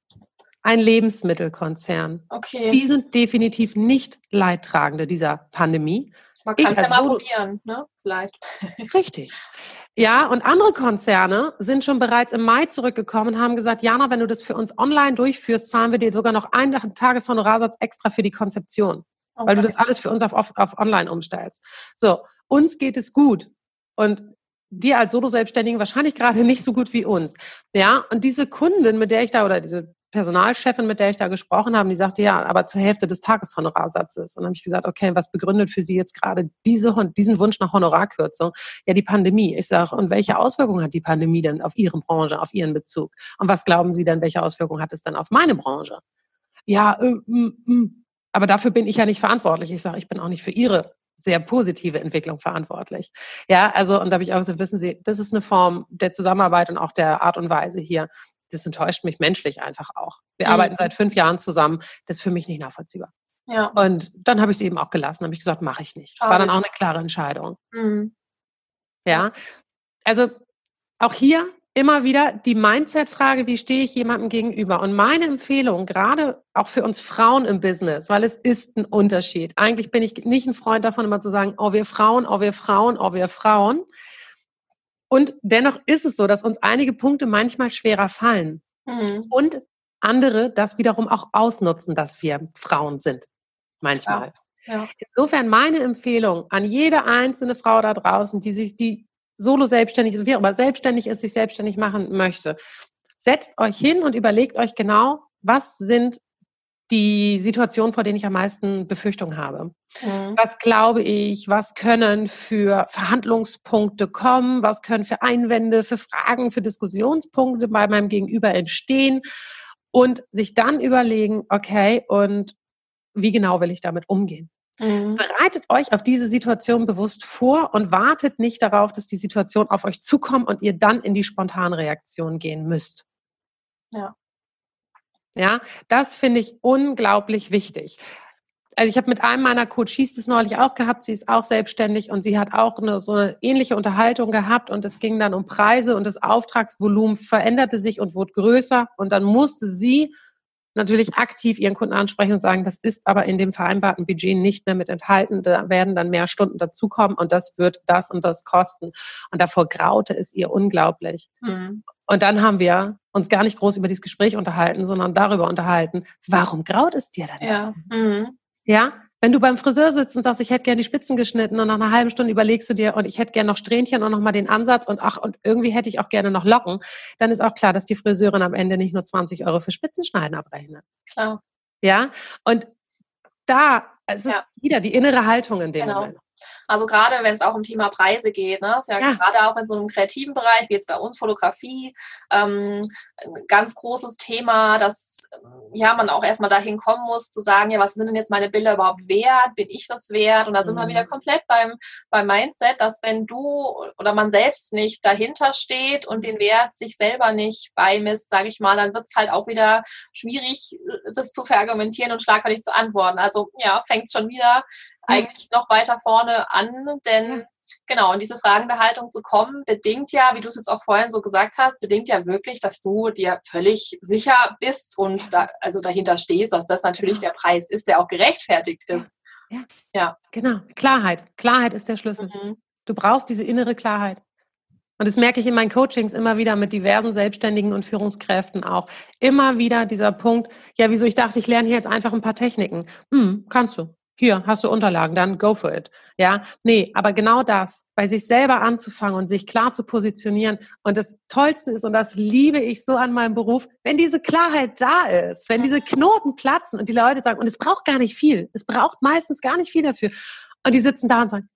Ein Lebensmittelkonzern. Okay. Die sind definitiv nicht Leidtragende dieser Pandemie. Man kann Ich es ja als mal Solo- probieren, ne? Vielleicht. Richtig. Ja, und andere Konzerne sind schon bereits im Mai zurückgekommen und haben gesagt, Jana, wenn du das für uns online durchführst, zahlen wir dir sogar noch einen Tageshonorarsatz extra für die Konzeption, Okay. weil du das alles für uns auf, auf, auf online umstellst. So, uns geht es gut und dir als Solo-Selbstständigen wahrscheinlich gerade nicht so gut wie uns. Ja, und diese Kundin, mit der ich da, oder diese Personalchefin, mit der ich da gesprochen habe, die sagte, ja, aber zur Hälfte des Tageshonorarsatzes. Und dann habe ich gesagt, okay, was begründet für Sie jetzt gerade diese, diesen Wunsch nach Honorarkürzung? Ja, die Pandemie. Ich sage, und welche Auswirkungen hat die Pandemie denn auf Ihre Branche, auf Ihren Bezug? Und was glauben Sie denn, welche Auswirkungen hat es denn auf meine Branche? Ja, äh, mm, mm. aber dafür bin ich ja nicht verantwortlich. Ich sage, ich bin auch nicht für Ihre sehr positive Entwicklung verantwortlich. Ja, also, und da habe ich auch gesagt, wissen Sie, das ist eine Form der Zusammenarbeit und auch der Art und Weise hier. Das enttäuscht mich menschlich einfach auch. Wir Mhm. arbeiten seit fünf Jahren zusammen. Das ist für mich nicht nachvollziehbar. Ja. Und dann habe ich es eben auch gelassen. Habe ich gesagt, mache ich nicht. War dann auch eine klare Entscheidung. Mhm. Ja, also auch hier immer wieder die Mindset-Frage, wie stehe ich jemandem gegenüber? Und meine Empfehlung, gerade auch für uns Frauen im Business, weil es ist ein Unterschied. Eigentlich bin ich nicht ein Freund davon, immer zu sagen, oh, wir Frauen, oh, wir Frauen, oh, wir Frauen. Und dennoch ist es so, dass uns einige Punkte manchmal schwerer fallen. Mhm. Und andere das wiederum auch ausnutzen, dass wir Frauen sind. Manchmal. Ja. Ja. Insofern meine Empfehlung an jede einzelne Frau da draußen, die sich, die solo selbstständig ist, wie auch immer selbstständig ist, sich selbstständig machen möchte. Setzt euch hin und überlegt euch genau, was sind die Situationen, vor denen ich am meisten Befürchtung habe. Mhm. Was glaube ich, was können für Verhandlungspunkte kommen, was können für Einwände, für Fragen, für Diskussionspunkte bei meinem Gegenüber entstehen und sich dann überlegen, okay, und wie genau will ich damit umgehen? Mhm. Bereitet euch auf diese Situation bewusst vor und wartet nicht darauf, dass die Situation auf euch zukommt und ihr dann in die spontane Reaktion gehen müsst. Ja. Ja, das finde ich unglaublich wichtig. Also ich habe mit einem meiner Coaches das neulich auch gehabt, sie ist auch selbstständig und sie hat auch eine, so eine ähnliche Unterhaltung gehabt und es ging dann um Preise und das Auftragsvolumen veränderte sich und wurde größer und dann musste sie natürlich aktiv ihren Kunden ansprechen und sagen, das ist aber in dem vereinbarten Budget nicht mehr mit enthalten, da werden dann mehr Stunden dazukommen und das wird das und das kosten. Und davor graute es ihr unglaublich. Mhm. Und dann haben wir uns gar nicht groß über dieses Gespräch unterhalten, sondern darüber unterhalten, warum graut es dir denn Ja. Mhm. Ja, wenn du beim Friseur sitzt und sagst, ich hätte gerne die Spitzen geschnitten und nach einer halben Stunde überlegst du dir und ich hätte gerne noch Strähnchen und nochmal den Ansatz und ach, und irgendwie hätte ich auch gerne noch Locken, dann ist auch klar, dass die Friseurin am Ende nicht nur zwanzig Euro für Spitzenschneiden abrechnet. Klar. Ja, und da, es ist Ja. wieder die innere Haltung in dem Genau. Moment. Also gerade wenn es auch um Thema Preise geht, ne, ist ja, Ja. gerade auch in so einem kreativen Bereich, wie jetzt bei uns Fotografie, ähm, ein ganz großes Thema, dass ja man auch erstmal dahin kommen muss, zu sagen, ja, was sind denn jetzt meine Bilder überhaupt wert? Bin ich das wert? Und da sind wir wieder Mhm. komplett beim, beim Mindset, dass wenn du oder man selbst nicht dahinter steht und den Wert sich selber nicht beimisst, sage ich mal, dann wird es halt auch wieder schwierig, das zu verargumentieren und schlagfertig zu antworten. Also ja, fängt es schon wieder eigentlich noch weiter vorne an, denn Ja. genau, in diese fragende Haltung zu kommen, bedingt ja, wie du es jetzt auch vorhin so gesagt hast, bedingt ja wirklich, dass du dir völlig sicher bist und da, also dahinter stehst, dass das natürlich Genau. der Preis ist, der auch gerechtfertigt ist. Ja. Ja. Genau. Klarheit. Klarheit ist der Schlüssel. Mhm. Du brauchst diese innere Klarheit. Und das merke ich in meinen Coachings immer wieder mit diversen Selbstständigen und Führungskräften auch. Immer wieder dieser Punkt, ja, wieso ich dachte, ich lerne hier jetzt einfach ein paar Techniken. Hm, kannst du. Hier, hast du Unterlagen, dann go for it. Ja, nee, aber genau das, bei sich selber anzufangen und sich klar zu positionieren. Und das Tollste ist, und das liebe ich so an meinem Beruf, wenn diese Klarheit da ist, wenn diese Knoten platzen und die Leute sagen, und es braucht gar nicht viel. Es braucht meistens gar nicht viel dafür. Und die sitzen da und sagen,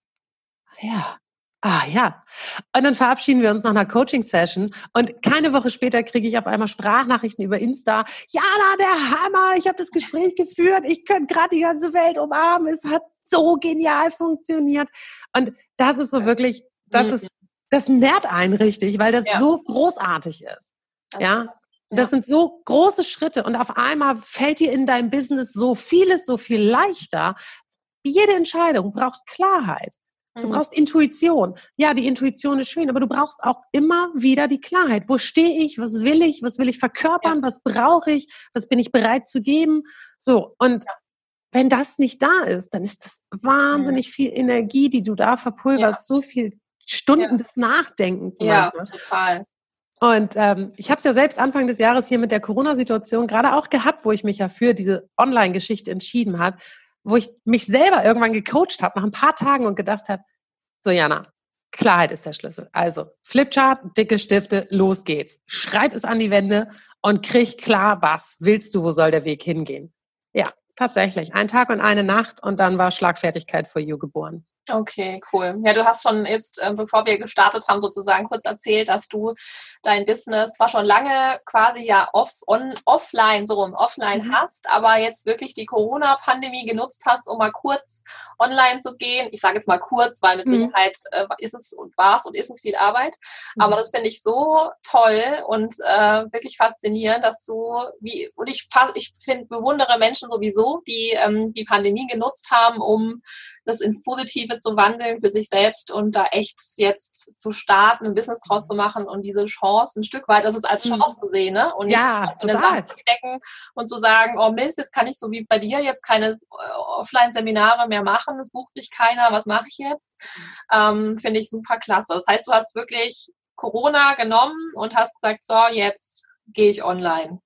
ja, ah ja. Und dann verabschieden wir uns nach einer Coaching-Session und keine Woche später kriege ich auf einmal Sprachnachrichten über Insta. Jana, der Hammer, ich habe das Gespräch geführt, ich könnte gerade die ganze Welt umarmen, es hat so genial funktioniert. Und das ist so wirklich, das ist, das nährt einen richtig, weil das Ja. so großartig ist. Das Ja. Ja. Das sind so große Schritte und auf einmal fällt dir in deinem Business so vieles, so viel leichter. Jede Entscheidung braucht Klarheit. Du brauchst Intuition. Ja, die Intuition ist schön, aber du brauchst auch immer wieder die Klarheit. Wo stehe ich? Was will ich? Was will ich verkörpern? Ja. Was brauche ich? Was bin ich bereit zu geben? So. Und Ja. wenn das nicht da ist, dann ist das wahnsinnig viel Energie, die du da verpulverst. So viel Stunden Ja. des Nachdenkens Ja, manchmal. total. Und ähm, ich habe es ja selbst Anfang des Jahres hier mit der Corona-Situation gerade auch gehabt, wo ich mich ja für diese Online-Geschichte entschieden habe, wo ich mich selber irgendwann gecoacht habe nach ein paar Tagen und gedacht habe, so Jana, Klarheit ist der Schlüssel. Also Flipchart, dicke Stifte, los geht's. Schreib es an die Wände und krieg klar, was willst du, wo soll der Weg hingehen. Ja, tatsächlich. Ein Tag und eine Nacht und dann war Schlagfertigkeit for You geboren. Okay, cool. Ja, du hast schon jetzt, äh, bevor wir gestartet haben, sozusagen kurz erzählt, dass du dein Business zwar schon lange quasi ja off, on, offline, so rum, offline Mhm. hast, aber jetzt wirklich die Corona-Pandemie genutzt hast, um mal kurz online zu gehen. Ich sage jetzt mal kurz, weil mit Mhm. Sicherheit äh, ist es und war es und ist es viel Arbeit. Mhm. Aber das finde ich so toll und äh, wirklich faszinierend, dass du, wie, und ich, fa- ich finde, bewundere Menschen sowieso, die ähm, die Pandemie genutzt haben, um das ins Positive zu wandeln für sich selbst und da echt jetzt zu starten, ein Business draus zu machen und diese Chance ein Stück weit, das ist als Chance zu sehen, ne? Und nicht Ja, in den total. Sand zu stecken und zu sagen, oh Mist, jetzt kann ich so wie bei dir jetzt keine äh, Offline-Seminare mehr machen, es bucht mich keiner, was mache ich jetzt? Ähm, finde ich super klasse. Das heißt, du hast wirklich Corona genommen und hast gesagt, so, jetzt gehe ich online.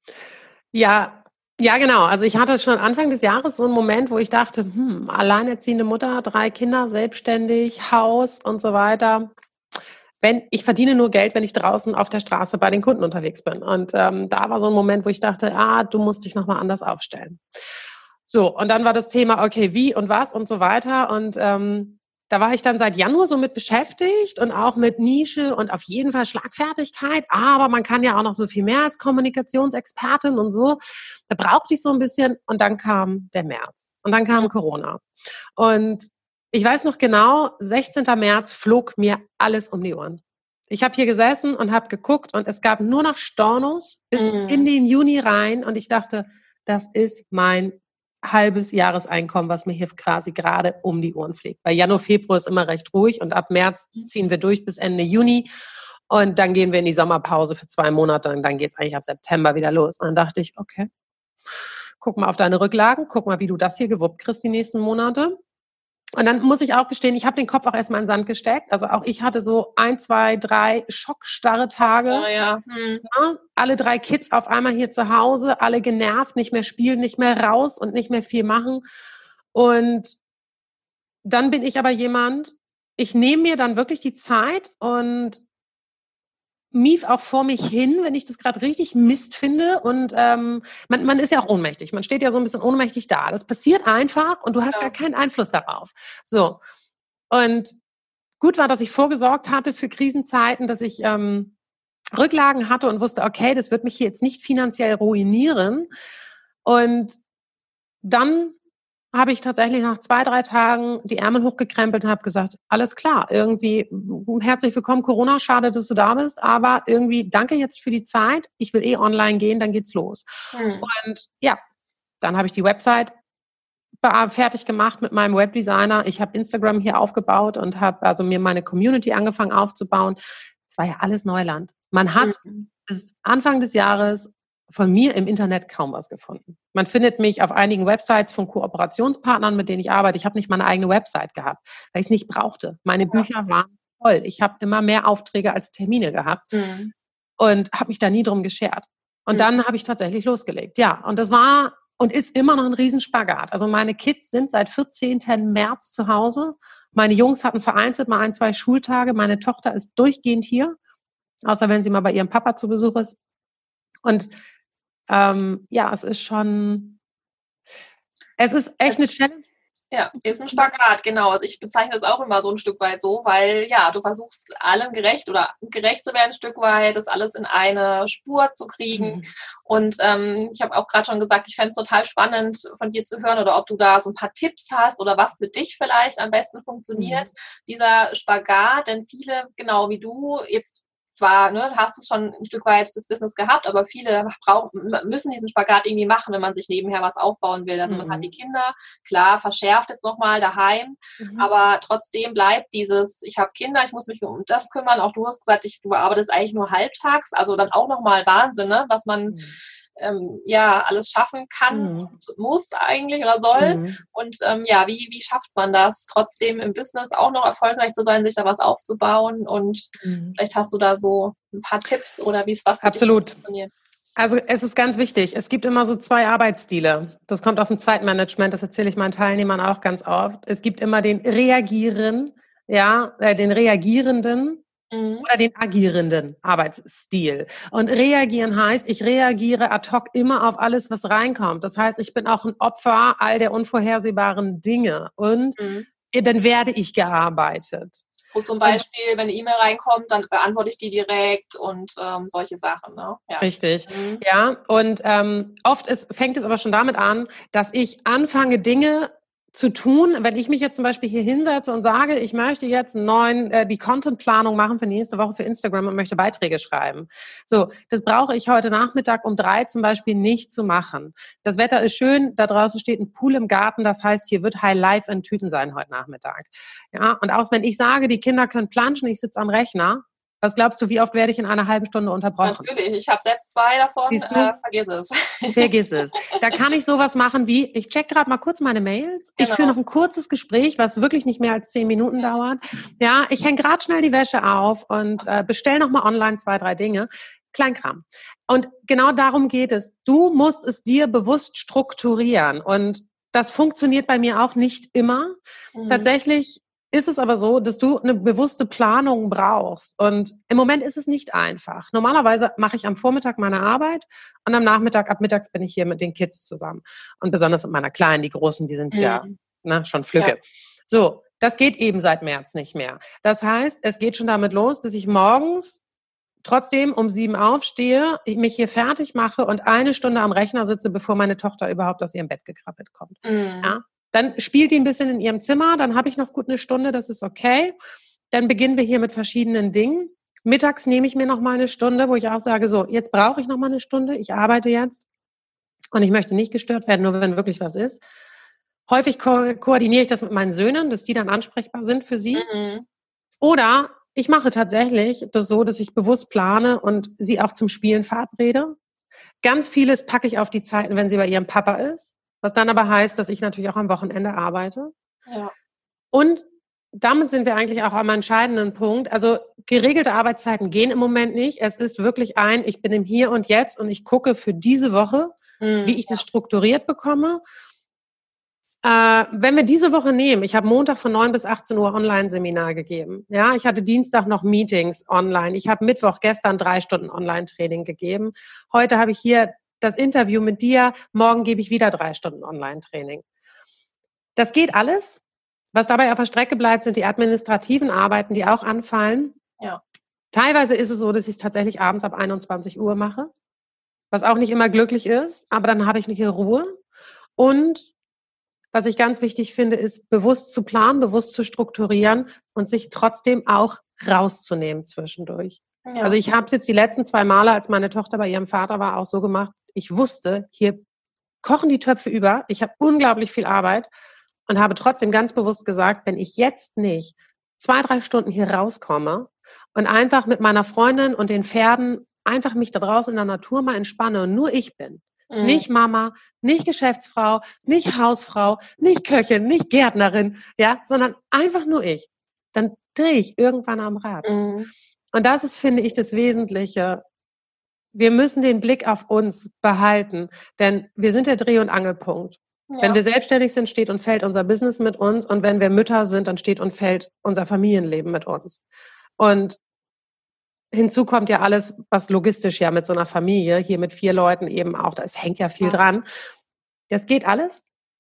Ja, ja, genau. Also ich hatte schon Anfang des Jahres so einen Moment, wo ich dachte, hm, alleinerziehende Mutter, drei Kinder, selbstständig, Haus und so weiter. Wenn, ich verdiene nur Geld, wenn ich draußen auf der Straße bei den Kunden unterwegs bin. Und ähm, da war so ein Moment, wo ich dachte, ah, du musst dich nochmal anders aufstellen. So, und dann war das Thema, okay, wie und was und so weiter. Und ähm, da war ich dann seit Januar so mit beschäftigt und auch mit Nische und auf jeden Fall Schlagfertigkeit. Aber man kann ja auch noch so viel mehr als Kommunikationsexpertin und so. Da brauchte ich so ein bisschen. Und dann kam der März. Und dann kam Corona. Und ich weiß noch genau, sechzehnten März flog mir alles um die Ohren. Ich habe hier gesessen und habe geguckt und es gab nur noch Stornos bis Mhm. in den Juni rein. Und ich dachte, das ist mein halbes Jahreseinkommen, was mir hier quasi gerade um die Ohren fliegt. Weil Januar, Februar ist immer recht ruhig und ab März ziehen wir durch bis Ende Juni und dann gehen wir in die Sommerpause für zwei Monate und dann geht es eigentlich ab September wieder los. Und dann dachte ich, okay, guck mal auf deine Rücklagen, guck mal, wie du das hier gewuppt kriegst die nächsten Monate. Und dann muss ich auch gestehen, ich habe den Kopf auch erstmal in den Sand gesteckt. Also auch ich hatte so ein, zwei, drei schockstarre Tage. Ja, ja. Hm. Ja, alle drei Kids auf einmal hier zu Hause, alle genervt, nicht mehr spielen, nicht mehr raus und nicht mehr viel machen. Und dann bin ich aber jemand, ich nehme mir dann wirklich die Zeit und mief auch vor mich hin, wenn ich das gerade richtig Mist finde. Und ähm, man, man ist ja auch ohnmächtig. Man steht ja so ein bisschen ohnmächtig da. Das passiert einfach und du hast ja. gar keinen Einfluss darauf. So. Und gut war, dass ich vorgesorgt hatte für Krisenzeiten, dass ich ähm, Rücklagen hatte und wusste, okay, das wird mich hier jetzt nicht finanziell ruinieren. Und dann habe ich tatsächlich nach zwei, drei Tagen die Ärmel hochgekrempelt und habe gesagt, alles klar, irgendwie herzlich willkommen Corona, schade, dass du da bist, aber irgendwie danke jetzt für die Zeit, ich will eh online gehen, dann geht's los. Hm. Und ja, dann habe ich die Website fertig gemacht mit meinem Webdesigner. Ich habe Instagram hier aufgebaut und habe also mir meine Community angefangen aufzubauen. Es war ja alles Neuland. Man hat hm. bis Anfang des Jahres von mir im Internet kaum was gefunden. Man findet mich auf einigen Websites von Kooperationspartnern, mit denen ich arbeite. Ich habe nicht mal eine eigene Website gehabt, weil ich es nicht brauchte. Meine Bücher waren voll. Ich habe immer mehr Aufträge als Termine gehabt mhm. und habe mich da nie drum geschert. Und mhm. dann habe ich tatsächlich losgelegt. Ja, und das war und ist immer noch ein Riesenspagat. Also meine Kids sind seit vierzehnten März zu Hause. Meine Jungs hatten vereinzelt mal ein, zwei Schultage. Meine Tochter ist durchgehend hier, außer wenn sie mal bei ihrem Papa zu Besuch ist. Und ähm, ja, es ist schon, es ist echt eine Challenge. Ja, ist ein Spagat, genau. Also ich bezeichne das auch immer so ein Stück weit so, weil ja, du versuchst allem gerecht oder gerecht zu werden ein Stück weit, das alles in eine Spur zu kriegen. Mhm. Und ähm, ich habe auch gerade schon gesagt, ich fände es total spannend von dir zu hören oder ob du da so ein paar Tipps hast oder was für dich vielleicht am besten funktioniert, mhm. dieser Spagat, denn viele, genau wie du, jetzt zwar, ne, hast du schon ein Stück weit das Business gehabt, aber viele brauchen, müssen diesen Spagat irgendwie machen, wenn man sich nebenher was aufbauen will. Also mhm. man hat die Kinder, klar, verschärft jetzt nochmal daheim, mhm. aber trotzdem bleibt dieses, ich habe Kinder, ich muss mich um das kümmern. Auch du hast gesagt, ich, du arbeitest eigentlich nur halbtags, also dann auch nochmal Wahnsinn, ne, was man mhm. ähm, ja alles schaffen kann, mhm. muss eigentlich oder soll. Mhm. Und ähm, ja, wie, wie schafft man das, trotzdem im Business auch noch erfolgreich zu sein, sich da was aufzubauen? Und mhm. vielleicht hast du da so ein paar Tipps oder wie es was Absolut. Funktioniert. Also es ist ganz wichtig. Es gibt immer so zwei Arbeitsstile. Das kommt aus dem Zeitmanagement. Das erzähle ich meinen Teilnehmern auch ganz oft. Es gibt immer den Reagieren, ja, äh, den Reagierenden. Oder den agierenden Arbeitsstil. Und reagieren heißt, ich reagiere ad hoc immer auf alles, was reinkommt. Das heißt, ich bin auch ein Opfer all der unvorhersehbaren Dinge. Und mhm. dann werde ich gearbeitet. So zum Beispiel, und, wenn eine E-Mail reinkommt, dann beantworte ich die direkt und ähm, solche Sachen. Ne? Ja. Richtig, mhm. ja. Und ähm, oft ist, fängt es aber schon damit an, dass ich anfange, Dinge zu tun, wenn ich mich jetzt zum Beispiel hier hinsetze und sage, ich möchte jetzt einen neuen, äh, die Contentplanung machen für nächste Woche für Instagram und möchte Beiträge schreiben. So, das brauche ich heute Nachmittag um drei zum Beispiel nicht zu machen. Das Wetter ist schön, da draußen steht ein Pool im Garten, das heißt, hier wird High Life in Tüten sein heute Nachmittag. Ja, und auch wenn ich sage, die Kinder können planschen, ich sitze am Rechner, was glaubst du, wie oft werde ich in einer halben Stunde unterbrochen? Natürlich, ich habe selbst zwei davon, äh, vergiss es. Vergiss es. Da kann ich sowas machen wie, ich check gerade mal kurz meine Mails, genau. Ich führe noch ein kurzes Gespräch, was wirklich nicht mehr als zehn Minuten dauert. Ja, ich hänge gerade schnell die Wäsche auf und äh, bestell noch mal online zwei, drei Dinge. Kleinkram. Und genau darum geht es. Du musst es dir bewusst strukturieren und das funktioniert bei mir auch nicht immer. Mhm. Tatsächlich ist es aber so, dass du eine bewusste Planung brauchst. Und im Moment ist es nicht einfach. Normalerweise mache ich am Vormittag meine Arbeit und am Nachmittag, ab mittags bin ich hier mit den Kids zusammen. Und besonders mit meiner Kleinen, die Großen, die sind mhm. ja ne, schon Flücke. Ja. So, das geht eben seit März nicht mehr. Das heißt, es geht schon damit los, dass ich morgens trotzdem um sieben aufstehe, ich mich hier fertig mache und eine Stunde am Rechner sitze, bevor meine Tochter überhaupt aus ihrem Bett gekrabbelt kommt. Mhm. Ja? Dann spielt die ein bisschen in ihrem Zimmer, dann habe ich noch gut eine Stunde, das ist okay. Dann beginnen wir hier mit verschiedenen Dingen. Mittags nehme ich mir noch mal eine Stunde, wo ich auch sage, so, jetzt brauche ich noch mal eine Stunde, ich arbeite jetzt und ich möchte nicht gestört werden, nur wenn wirklich was ist. Häufig ko- koordiniere ich das mit meinen Söhnen, dass die dann ansprechbar sind für sie. Mhm. Oder ich mache tatsächlich das so, dass ich bewusst plane und sie auch zum Spielen verabrede. Ganz vieles packe ich auf die Zeiten, wenn sie bei ihrem Papa ist. Was dann aber heißt, dass ich natürlich auch am Wochenende arbeite. Ja. Und damit sind wir eigentlich auch am entscheidenden Punkt. Also geregelte Arbeitszeiten gehen im Moment nicht. Es ist wirklich ein, ich bin im Hier und Jetzt und ich gucke für diese Woche, mhm. wie ich das strukturiert bekomme. Äh, wenn wir diese Woche nehmen, ich habe Montag von neun bis achtzehn Uhr Online-Seminar gegeben. Ja, ich hatte Dienstag noch Meetings online. Ich habe Mittwoch gestern drei Stunden Online-Training gegeben. Heute habe ich hier das Interview mit dir. Morgen gebe ich wieder drei Stunden Online-Training. Das geht alles. Was dabei auf der Strecke bleibt, sind die administrativen Arbeiten, die auch anfallen. Ja. Teilweise ist es so, dass ich es tatsächlich abends ab einundzwanzig Uhr mache, was auch nicht immer glücklich ist, aber dann habe ich eine Ruhe. Und was ich ganz wichtig finde, ist bewusst zu planen, bewusst zu strukturieren und sich trotzdem auch rauszunehmen zwischendurch. Ja. Also ich habe es jetzt die letzten zwei Male, als meine Tochter bei ihrem Vater war, auch so gemacht. Ich wusste, hier kochen die Töpfe über. Ich habe unglaublich viel Arbeit und habe trotzdem ganz bewusst gesagt, wenn ich jetzt nicht zwei, drei Stunden hier rauskomme und einfach mit meiner Freundin und den Pferden einfach mich da draußen in der Natur mal entspanne und nur ich bin, Mhm. nicht Mama, nicht Geschäftsfrau, nicht Hausfrau, nicht Köchin, nicht Gärtnerin, ja, sondern einfach nur ich. Dann drehe ich irgendwann am Rad. Mhm. Und das ist, finde ich, das Wesentliche. Wir müssen den Blick auf uns behalten, denn wir sind der Dreh- und Angelpunkt. Ja. Wenn wir selbstständig sind, steht und fällt unser Business mit uns, und wenn wir Mütter sind, dann steht und fällt unser Familienleben mit uns. Und hinzu kommt ja alles, was logistisch ja mit so einer Familie, hier mit vier Leuten eben auch, da hängt ja viel ja. dran. Das geht alles.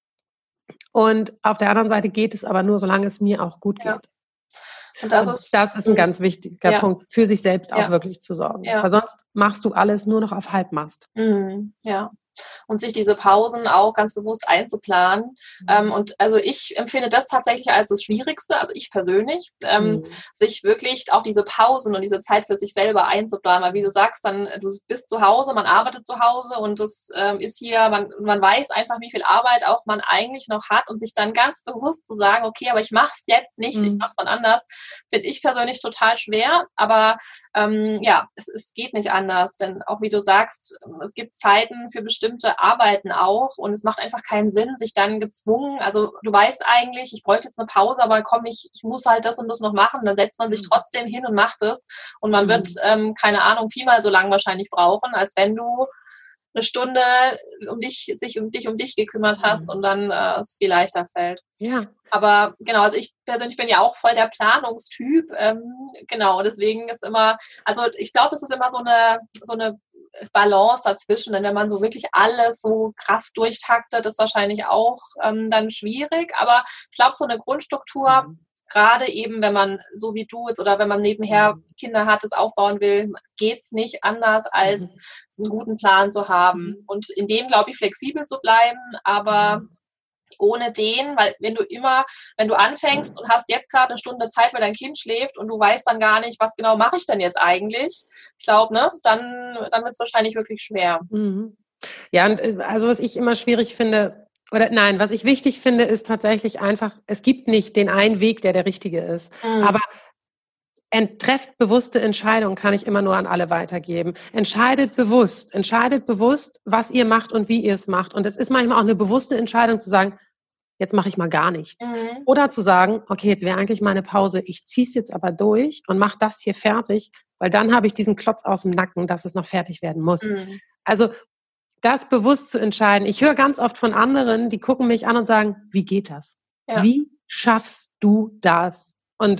Und auf der anderen Seite geht es aber nur, solange es mir auch gut ja. geht. Und das, und ist, das ist ein ganz wichtiger ja. Punkt, für sich selbst auch ja. wirklich zu sorgen. Ja. Weil sonst machst du alles nur noch auf Halbmast. Mhm. Ja. Und sich diese Pausen auch ganz bewusst einzuplanen. Mhm. Ähm, und also ich empfinde das tatsächlich als das Schwierigste, also ich persönlich, ähm, mhm. sich wirklich auch diese Pausen und diese Zeit für sich selber einzuplanen. Weil wie du sagst, dann du bist zu Hause, man arbeitet zu Hause und das ähm, ist hier, man, man weiß einfach, wie viel Arbeit auch man eigentlich noch hat, und sich dann ganz bewusst zu sagen, okay, aber ich mache es jetzt nicht, mhm. ich mache es dann anders, finde ich persönlich total schwer. Aber ähm, ja, es, es geht nicht anders, denn auch wie du sagst, es gibt Zeiten für bestimmte Arbeiten auch, und es macht einfach keinen Sinn, sich dann gezwungen, also du weißt eigentlich, ich bräuchte jetzt eine Pause, aber komm, ich, ich muss halt das und das noch machen, dann setzt man sich trotzdem hin und macht es, und man mhm. wird, ähm, keine Ahnung, viermal so lang wahrscheinlich brauchen, als wenn du eine Stunde um dich, sich um dich um dich gekümmert hast, mhm. und dann äh, es viel leichter fällt. Ja. Aber genau, also ich persönlich bin ja auch voll der Planungstyp, ähm, genau, deswegen ist immer, also ich glaube, es ist immer so eine, so eine Balance dazwischen, denn wenn man so wirklich alles so krass durchtaktet, ist wahrscheinlich auch ähm, dann schwierig, aber ich glaube, so eine Grundstruktur, mhm. gerade eben, wenn man so wie du jetzt oder wenn man nebenher Kinder hat, das aufbauen will, geht es nicht anders, als mhm. einen guten Plan zu haben mhm. und in dem, glaube ich, flexibel zu bleiben, aber mhm. ohne den, weil wenn du immer, wenn du anfängst und hast jetzt gerade eine Stunde Zeit, weil dein Kind schläft und du weißt dann gar nicht, was genau mache ich denn jetzt eigentlich, ich glaube, ne, dann, dann wird es wahrscheinlich wirklich schwer. Mhm. Ja, und also was ich immer schwierig finde, oder nein, was ich wichtig finde, ist tatsächlich einfach, es gibt nicht den einen Weg, der der richtige ist. Mhm. Aber trefft bewusste Entscheidungen, kann ich immer nur an alle weitergeben. Entscheidet bewusst, entscheidet bewusst, was ihr macht und wie ihr es macht. Und es ist manchmal auch eine bewusste Entscheidung zu sagen, jetzt mache ich mal gar nichts. Mhm. Oder zu sagen, okay, jetzt wäre eigentlich meine Pause, ich ziehe es jetzt aber durch und mache das hier fertig, weil dann habe ich diesen Klotz aus dem Nacken, dass es noch fertig werden muss. Mhm. Also das bewusst zu entscheiden. Ich höre ganz oft von anderen, die gucken mich an und sagen, wie geht das? Ja. Wie schaffst du das? Und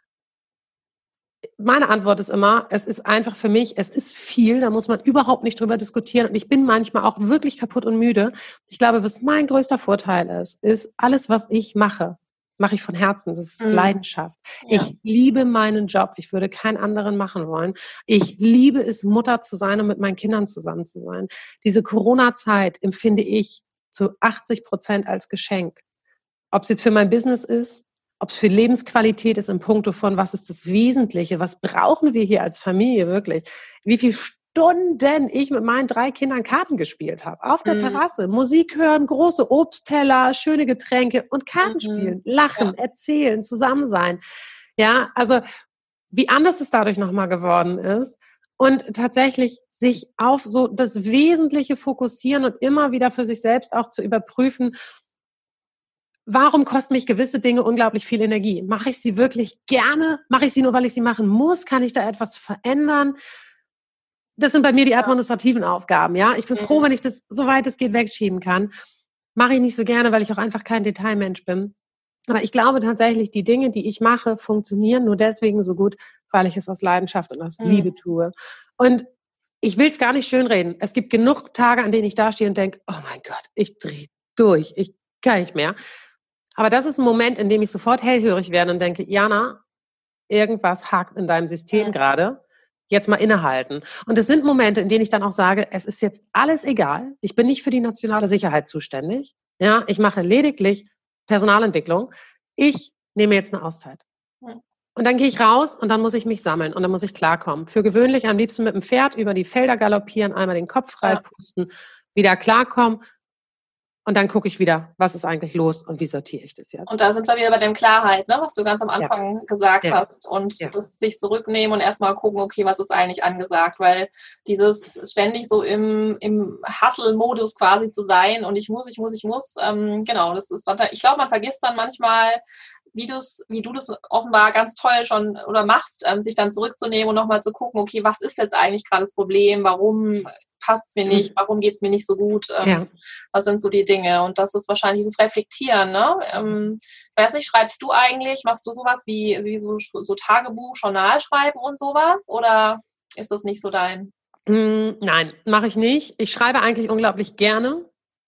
meine Antwort ist immer, es ist einfach für mich, es ist viel, da muss man überhaupt nicht drüber diskutieren, und ich bin manchmal auch wirklich kaputt und müde. Ich glaube, was mein größter Vorteil ist, ist, alles, was ich mache, mache ich von Herzen, das ist mhm. Leidenschaft. Ja. Ich liebe meinen Job, ich würde keinen anderen machen wollen. Ich liebe es, Mutter zu sein und mit meinen Kindern zusammen zu sein. Diese Corona-Zeit empfinde ich zu achtzig Prozent als Geschenk. Ob es jetzt für mein Business ist, ob es für Lebensqualität ist im Punkto von, was ist das Wesentliche, was brauchen wir hier als Familie wirklich, wie viele Stunden ich mit meinen drei Kindern Karten gespielt habe, auf der mhm. Terrasse, Musik hören, große Obstteller, schöne Getränke und Karten mhm. spielen, lachen, ja. erzählen, zusammen sein. Ja, also wie anders es dadurch nochmal geworden ist, und tatsächlich sich auf so das Wesentliche fokussieren und immer wieder für sich selbst auch zu überprüfen, warum kosten mich gewisse Dinge unglaublich viel Energie? Mache ich sie wirklich gerne? Mache ich sie nur, weil ich sie machen muss? Kann ich da etwas verändern? Das sind bei mir die administrativen Aufgaben, ja. Ich bin froh, wenn ich das, soweit es geht, wegschieben kann. mache ich nicht so gerne, weil ich auch einfach kein Detailmensch bin. Aber ich glaube tatsächlich, die Dinge, die ich mache, funktionieren nur deswegen so gut, weil ich es aus Leidenschaft und aus mhm. Liebe tue. Und ich will es gar nicht schönreden. Es gibt genug Tage, an denen ich da stehe und denke, oh mein Gott, ich drehe durch, ich kann nicht mehr. Aber das ist ein Moment, in dem ich sofort hellhörig werde und denke, Jana, irgendwas hakt in deinem System ja. gerade. Jetzt mal innehalten. Und es sind Momente, in denen ich dann auch sage, es ist jetzt alles egal. Ich bin nicht für die nationale Sicherheit zuständig. Ja, ich mache lediglich Personalentwicklung. Ich nehme jetzt eine Auszeit. Ja. Und dann gehe ich raus und dann muss ich mich sammeln und dann muss ich klarkommen. Für gewöhnlich am liebsten mit dem Pferd über die Felder galoppieren, einmal den Kopf frei ja. pusten, wieder klarkommen. Und dann gucke ich wieder, was ist eigentlich los und wie sortiere ich das jetzt. Und da sind wir wieder bei dem Klarheit, ne, was du ganz am Anfang ja. gesagt ja. hast. Und ja. das sich zurücknehmen und erstmal gucken, okay, was ist eigentlich angesagt. Weil dieses ständig so im, im Hustle-Modus quasi zu sein und ich muss, ich muss, ich muss, ähm, genau, das ist, ich glaube, man vergisst dann manchmal, wie, du's, wie du das offenbar ganz toll schon oder machst, ähm, sich dann zurückzunehmen und nochmal zu gucken, okay, was ist jetzt eigentlich gerade das Problem, warum passt es mir nicht, warum geht es mir nicht so gut, ähm, ja. was sind so die Dinge und das ist wahrscheinlich dieses Reflektieren, ne? Ähm, ich weiß nicht, schreibst du eigentlich, machst du sowas wie, wie so, so Tagebuch, Journal schreiben und sowas oder ist das nicht so dein? Mm, nein, mache ich nicht. Ich schreibe eigentlich unglaublich gerne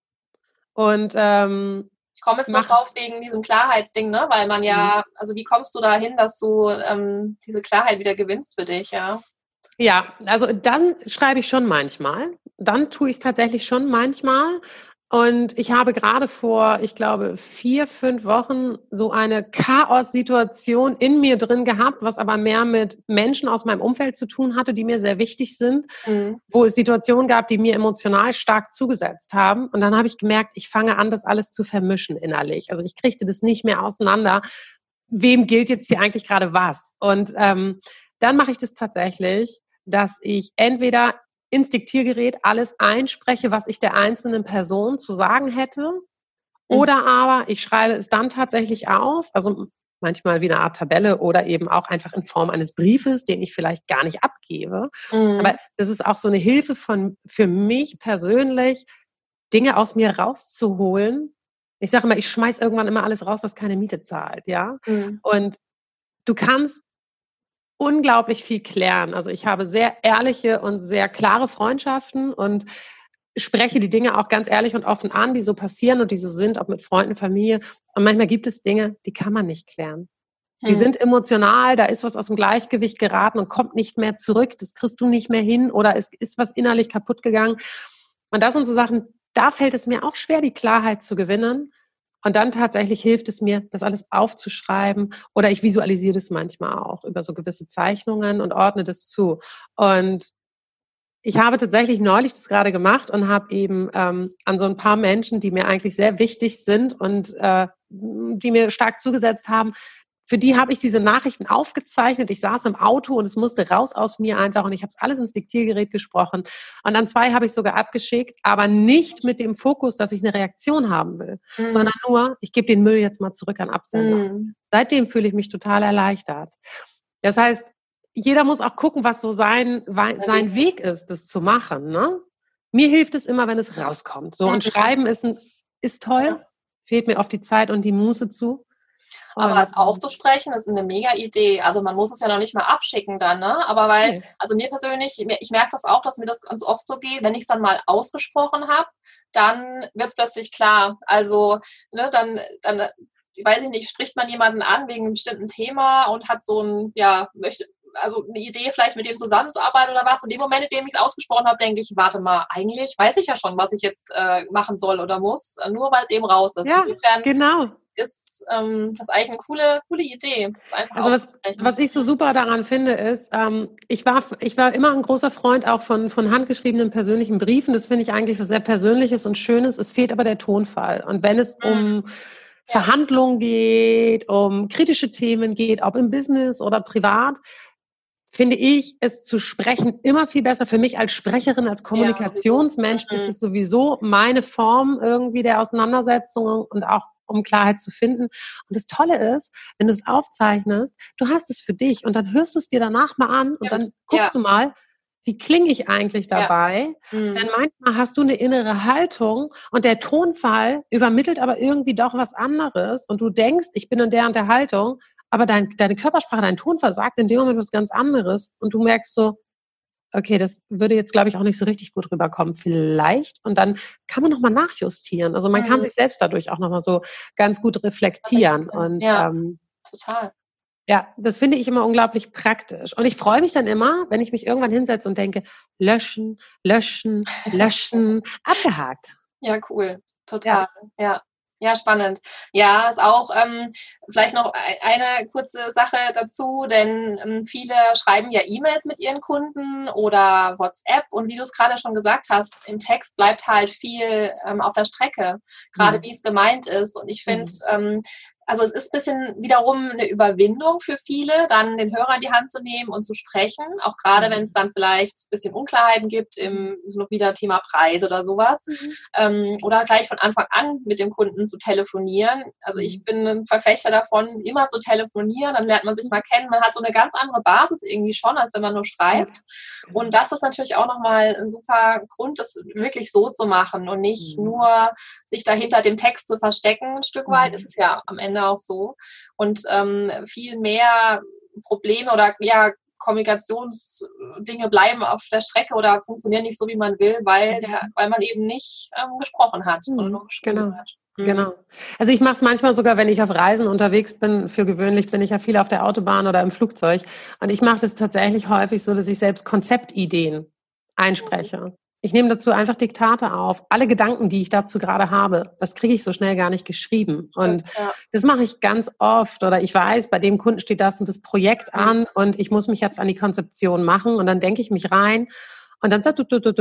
und ähm, ich komme jetzt noch drauf wegen diesem Klarheitsding, ne? Weil man ja, also wie kommst du dahin, dass du ähm, diese Klarheit wieder gewinnst für dich, ja? Ja, also dann schreibe ich schon manchmal. Dann tue ich es tatsächlich schon manchmal. Und ich habe gerade vor, ich glaube, vier, fünf Wochen so eine Chaos-Situation in mir drin gehabt, was aber mehr mit Menschen aus meinem Umfeld zu tun hatte, die mir sehr wichtig sind, mhm. wo es Situationen gab, die mir emotional stark zugesetzt haben. Und dann habe ich gemerkt, ich fange an, das alles zu vermischen innerlich. Also ich kriegte das nicht mehr auseinander. Wem gilt jetzt hier eigentlich gerade was? Und ähm, dann mache ich das tatsächlich, dass ich entweder ins Diktiergerät alles einspreche, was ich der einzelnen Person zu sagen hätte, oder aber ich schreibe es dann tatsächlich auf, also manchmal wie eine Art Tabelle oder eben auch einfach in Form eines Briefes, den ich vielleicht gar nicht abgebe. Mhm. Aber das ist auch so eine Hilfe von für mich persönlich, Dinge aus mir rauszuholen. Ich sage immer, ich schmeiß irgendwann immer alles raus, was keine Miete zahlt, ja. Mhm. Und du kannst unglaublich viel klären. Also ich habe sehr ehrliche und sehr klare Freundschaften und spreche die Dinge auch ganz ehrlich und offen an, die so passieren und die so sind, auch mit Freunden, Familie. Und manchmal gibt es Dinge, die kann man nicht klären. Die hm. sind emotional, da ist was aus dem Gleichgewicht geraten und kommt nicht mehr zurück. Das kriegst du nicht mehr hin oder es ist was innerlich kaputt gegangen. Und das sind so Sachen, da fällt es mir auch schwer, die Klarheit zu gewinnen. Und dann tatsächlich hilft es mir, das alles aufzuschreiben oder ich visualisiere das manchmal auch über so gewisse Zeichnungen und ordne das zu. Und ich habe tatsächlich neulich das gerade gemacht und habe eben ähm, an so ein paar Menschen, die mir eigentlich sehr wichtig sind und äh, die mir stark zugesetzt haben, für die habe ich diese Nachrichten aufgezeichnet. Ich saß im Auto und es musste raus aus mir einfach und ich habe es alles ins Diktiergerät gesprochen. Und an zwei habe ich sogar abgeschickt, aber nicht mit dem Fokus, dass ich eine Reaktion haben will, mhm. sondern nur, ich gebe den Müll jetzt mal zurück an Absender. Mhm. Seitdem fühle ich mich total erleichtert. Das heißt, jeder muss auch gucken, was so sein, sein Weg ist, das zu machen. Ne? Mir hilft es immer, wenn es rauskommt. So, und Schreiben ist, ein, ist toll, fehlt mir oft die Zeit und die Muße zu. Aber das aufzusprechen, das ist eine mega Idee. Also man muss es ja noch nicht mal abschicken dann, ne? Aber weil, also mir persönlich, ich merke das auch, dass mir das ganz oft so geht, wenn ich es dann mal ausgesprochen habe, dann wird es plötzlich klar. Also, ne, dann, dann, weiß ich nicht, spricht man jemanden an wegen einem bestimmten Thema und hat so ein, ja, möchte, also eine Idee, vielleicht mit dem zusammenzuarbeiten oder was. Und in dem Moment, in dem ich es ausgesprochen habe, denke ich, warte mal, eigentlich weiß ich ja schon, was ich jetzt äh, machen soll oder muss, nur weil es eben raus ist. Ja, Insofern genau. ist ähm, das eigentlich eine coole, coole Idee. Also was, was ich so super daran finde, ist, ähm, ich war ich war immer ein großer Freund auch von, von handgeschriebenen persönlichen Briefen. Das finde ich eigentlich was sehr Persönliches und Schönes. Es fehlt aber der Tonfall. Und wenn es um ja. Verhandlungen geht, um kritische Themen geht, ob im Business oder privat, finde ich es zu sprechen immer viel besser. Für mich als Sprecherin, als Kommunikationsmensch ja, ist es sowieso meine Form irgendwie der Auseinandersetzung und auch um Klarheit zu finden. Und das Tolle ist, wenn du es aufzeichnest, du hast es für dich und dann hörst du es dir danach mal an und dann guckst ja. du mal, wie klinge ich eigentlich dabei? Ja. Mhm. Denn manchmal hast du eine innere Haltung und der Tonfall übermittelt aber irgendwie doch was anderes und du denkst, ich bin in der und der Haltung, aber dein, deine Körpersprache, dein Tonfall sagt in dem Moment was ganz anderes und du merkst so, okay, das würde jetzt, glaube ich, auch nicht so richtig gut rüberkommen, vielleicht. Und dann kann man nochmal nachjustieren. Also man mhm. kann sich selbst dadurch auch nochmal so ganz gut reflektieren. Und ja, ähm, total. Ja, das finde ich immer unglaublich praktisch. Und ich freue mich dann immer, wenn ich mich irgendwann hinsetze und denke, löschen, löschen, löschen, abgehakt. Ja, cool. Total. Ja. ja. Ja, spannend. Ja, ist auch ähm, vielleicht noch eine kurze Sache dazu, denn ähm, viele schreiben ja E-Mails mit ihren Kunden oder WhatsApp und wie du es gerade schon gesagt hast, im Text bleibt halt viel ähm, auf der Strecke, gerade mhm. wie es gemeint ist. Und ich finde, mhm. ähm, also es ist ein bisschen wiederum eine Überwindung für viele, dann den Hörer in die Hand zu nehmen und zu sprechen, auch gerade mhm. wenn es dann vielleicht ein bisschen Unklarheiten gibt im so wieder Thema Preis oder sowas. Mhm. Ähm, oder gleich von Anfang an mit dem Kunden zu telefonieren. Also ich bin ein Verfechter davon, immer zu telefonieren, dann lernt man sich mal kennen. Man hat so eine ganz andere Basis irgendwie schon, als wenn man nur schreibt. Ja. Und das ist natürlich auch nochmal ein super Grund, das wirklich so zu machen und nicht mhm. nur sich dahinter dem Text zu verstecken, ein Stück weit. Mhm. Ist es ja am Ende auch so. Und ähm, viel mehr Probleme oder ja, Kommunikationsdinge bleiben auf der Strecke oder funktionieren nicht so, wie man will, weil, der, weil man eben nicht ähm, gesprochen hat, mhm. sondern nur geschrieben genau. hat. Genau. Also ich mache es manchmal sogar, wenn ich auf Reisen unterwegs bin. Für gewöhnlich bin ich ja viel auf der Autobahn oder im Flugzeug. Und ich mache das tatsächlich häufig so, dass ich selbst Konzeptideen einspreche. Ich nehme dazu einfach Diktate auf. Alle Gedanken, die ich dazu gerade habe, das kriege ich so schnell gar nicht geschrieben. Und ja. das mache ich ganz oft. Oder ich weiß, bei dem Kunden steht das und das Projekt an und ich muss mich jetzt an die Konzeption machen. Und dann denke ich mich rein und dann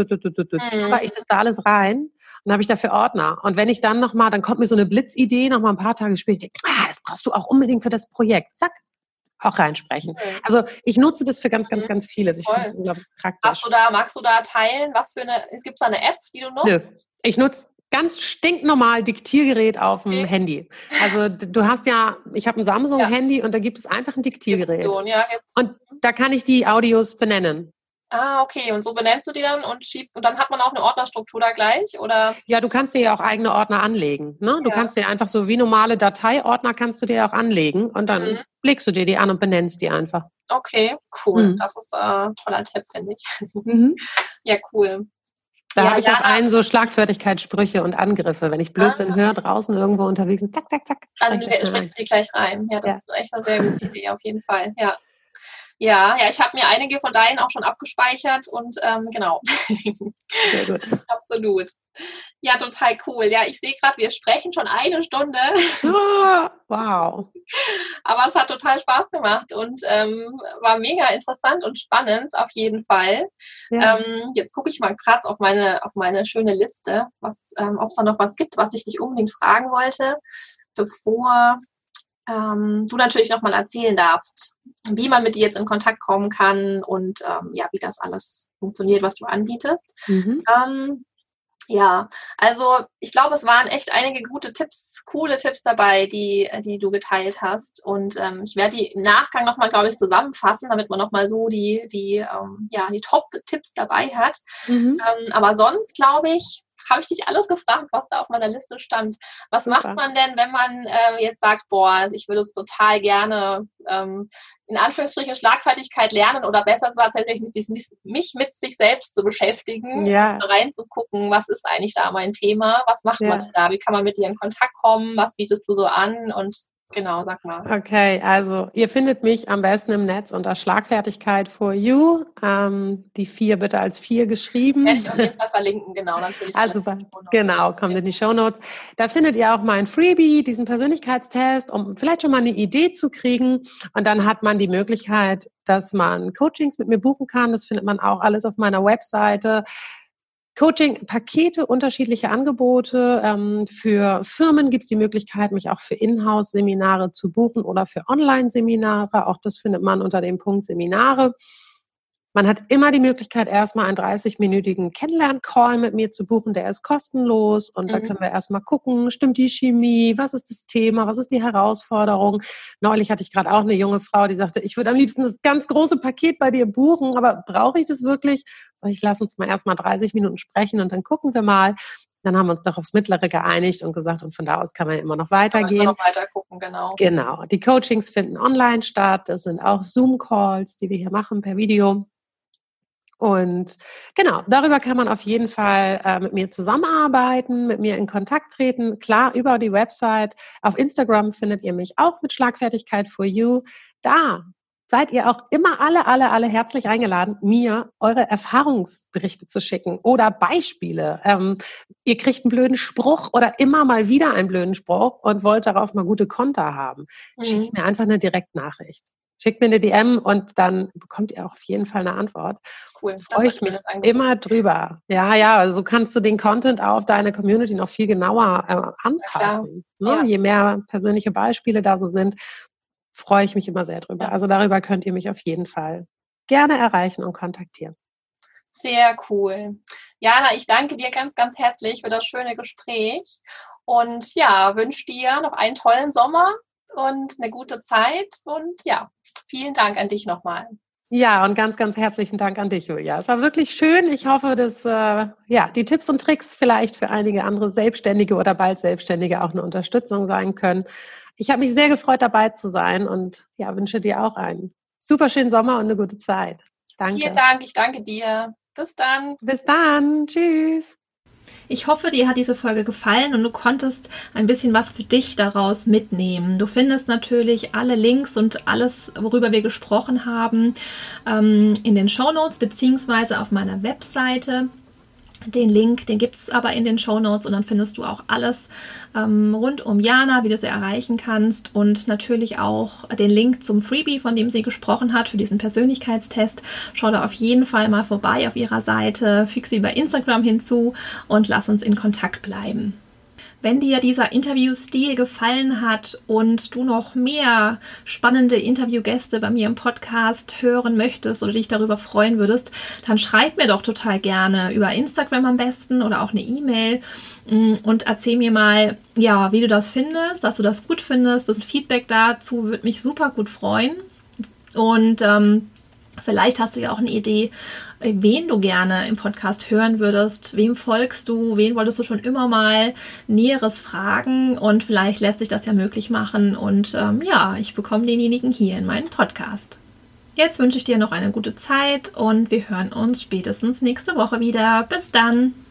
stopper ich das da alles rein und dann habe ich dafür Ordner. Und wenn ich dann nochmal, dann kommt mir so eine Blitzidee, nochmal ein paar Tage später, ich denke, ah, das brauchst du auch unbedingt für das Projekt. Zack. Auch reinsprechen. Okay. Also ich nutze das für ganz, ganz, ganz vieles. Ich finde es unglaublich praktisch. Hast du da, magst du da teilen? Was für eine, gibt es da eine App, die du nutzt? Nö. Ich nutze ganz stinknormal Diktiergerät auf dem okay. Handy. Also du hast ja, ich habe ein Samsung-Handy ja. und da gibt es einfach ein Diktiergerät. Ja, und da kann ich die Audios benennen. Ah, okay. Und so benennst du die dann und schiebst, und dann hat man auch eine Ordnerstruktur da gleich, oder? Ja, du kannst dir ja auch eigene Ordner anlegen. Ne? Du ja. kannst dir einfach so wie normale Dateiordner kannst du dir auch anlegen und dann mhm. legst du dir die an und benennst die einfach. Okay, cool. Mhm. Das ist ein äh, toller Tipp, finde ich. Mhm. Ja, cool. Da ja, habe ich ja, auch einen so Schlagfertigkeitssprüche und Angriffe. Wenn ich Blödsinn ah. höre, draußen irgendwo unterwegs, zack, zack, zack. Dann sprichst du die gleich rein. Ja, das ja. ist echt eine sehr gute Idee, auf jeden Fall. Ja. Ja, ja, ich habe mir einige von deinen auch schon abgespeichert und ähm, genau. Sehr gut. Absolut. Ja, total cool. Ja, ich sehe gerade, wir sprechen schon eine Stunde. Oh, wow. Aber es hat total Spaß gemacht und ähm, war mega interessant und spannend auf jeden Fall. Ja. Ähm, jetzt gucke ich mal gerade auf meine, auf meine schöne Liste, was, ähm, ob es da noch was gibt, was ich dich unbedingt fragen wollte, bevor ähm, du natürlich nochmal erzählen darfst, wie man mit dir jetzt in Kontakt kommen kann und ähm, ja, wie das alles funktioniert, was du anbietest. Mhm. Ähm, ja, also ich glaube, es waren echt einige gute Tipps, coole Tipps dabei, die, die du geteilt hast. Und ähm, ich werde die im Nachgang nochmal, glaube ich, zusammenfassen, damit man nochmal so die, die, ähm, ja, die Top-Tipps dabei hat. Mhm. Ähm, aber sonst, glaube ich, habe ich dich alles gefragt, was da auf meiner Liste stand. Was Super. Macht man denn, wenn man äh, jetzt sagt, boah, ich würde es total gerne ähm, in Anführungsstrichen Schlagfertigkeit lernen oder besser tatsächlich mit sich, mich mit sich selbst zu beschäftigen, ja. reinzugucken, was ist eigentlich da mein Thema, was macht ja. man denn da, wie kann man mit dir in Kontakt kommen, was bietest du so an und genau, sag mal. Okay, also ihr findet mich am besten im Netz unter Schlagfertigkeit for you. Ähm, die vier bitte als vier geschrieben. Werde ich auf jeden Fall verlinken, genau, natürlich. Also super, genau, kommt in die Shownotes. Da findet ihr auch mein Freebie, diesen Persönlichkeitstest, um vielleicht schon mal eine Idee zu kriegen. Und dann hat man die Möglichkeit, dass man Coachings mit mir buchen kann. Das findet man auch alles auf meiner Webseite. Coaching-Pakete, unterschiedliche Angebote. Ähm, für Firmen gibt es die Möglichkeit, mich auch für Inhouse-Seminare zu buchen oder für Online-Seminare. Auch das findet man unter dem Punkt Seminare. Man hat immer die Möglichkeit, erstmal einen dreißig-minütigen Kennenlern-Call mit mir zu buchen. Der ist kostenlos und mhm. da können wir erstmal gucken, stimmt die Chemie, was ist das Thema, was ist die Herausforderung. Neulich hatte ich gerade auch eine junge Frau, die sagte, ich würde am liebsten das ganz große Paket bei dir buchen, aber brauche ich das wirklich? Ich lass uns mal erstmal dreißig Minuten sprechen und dann gucken wir mal. Dann haben wir uns doch aufs Mittlere geeinigt und gesagt, und von da aus kann man immer noch weitergehen. Kann man noch weiter gucken, genau. Genau. Die Coachings finden online statt. Das sind auch Zoom-Calls, die wir hier machen per Video. Und genau, darüber kann man auf jeden Fall äh, mit mir zusammenarbeiten, mit mir in Kontakt treten. Klar, über die Website. Auf Instagram findet ihr mich auch mit Schlagfertigkeit for you. Da seid ihr auch immer alle, alle, alle herzlich eingeladen, mir eure Erfahrungsberichte zu schicken oder Beispiele. Ähm, ihr kriegt einen blöden Spruch oder immer mal wieder einen blöden Spruch und wollt darauf mal gute Konter haben. Mhm. Schickt mir einfach eine Direktnachricht. Schickt mir eine D M und dann bekommt ihr auch auf jeden Fall eine Antwort. Cool. Freue ich mich immer drüber. Ja, ja, so also kannst du den Content auf deine Community noch viel genauer äh, anpassen. Ja, ne? Ja. Je mehr persönliche Beispiele da so sind, freue ich mich immer sehr drüber. Ja. Also darüber könnt ihr mich auf jeden Fall gerne erreichen und kontaktieren. Sehr cool. Jana, ich danke dir ganz, ganz herzlich für das schöne Gespräch und ja, wünsche dir noch einen tollen Sommer und eine gute Zeit und ja, vielen Dank an dich nochmal. Ja, und ganz, ganz herzlichen Dank an dich, Julia. Es war wirklich schön. Ich hoffe, dass äh, ja, die Tipps und Tricks vielleicht für einige andere Selbstständige oder bald Selbstständige auch eine Unterstützung sein können. Ich habe mich sehr gefreut, dabei zu sein und ja, wünsche dir auch einen super schönen Sommer und eine gute Zeit. Danke. Vielen Dank, ich danke dir. Bis dann. Bis dann. Tschüss. Ich hoffe, dir hat diese Folge gefallen und du konntest ein bisschen was für dich daraus mitnehmen. Du findest natürlich alle Links und alles, worüber wir gesprochen haben, in den Shownotes beziehungsweise auf meiner Webseite. Den Link, den gibt es aber in den Shownotes und dann findest du auch alles ähm, rund um Jana, wie du sie erreichen kannst und natürlich auch den Link zum Freebie, von dem sie gesprochen hat, für diesen Persönlichkeitstest. Schau da auf jeden Fall mal vorbei auf ihrer Seite, füg sie bei Instagram hinzu und lass uns in Kontakt bleiben. Wenn dir dieser Interviewstil gefallen hat und du noch mehr spannende Interviewgäste bei mir im Podcast hören möchtest oder dich darüber freuen würdest, dann schreib mir doch total gerne über Instagram am besten oder auch eine E-Mail und erzähl mir mal, ja, wie du das findest, dass du das gut findest. Das Feedback dazu würde mich super gut freuen. Und ähm, vielleicht hast du ja auch eine Idee, wen du gerne im Podcast hören würdest, wem folgst du, wen wolltest du schon immer mal Näheres fragen und vielleicht lässt sich das ja möglich machen und ähm, ja, ich bekomme denjenigen hier in meinen Podcast. Jetzt wünsche ich dir noch eine gute Zeit und wir hören uns spätestens nächste Woche wieder. Bis dann!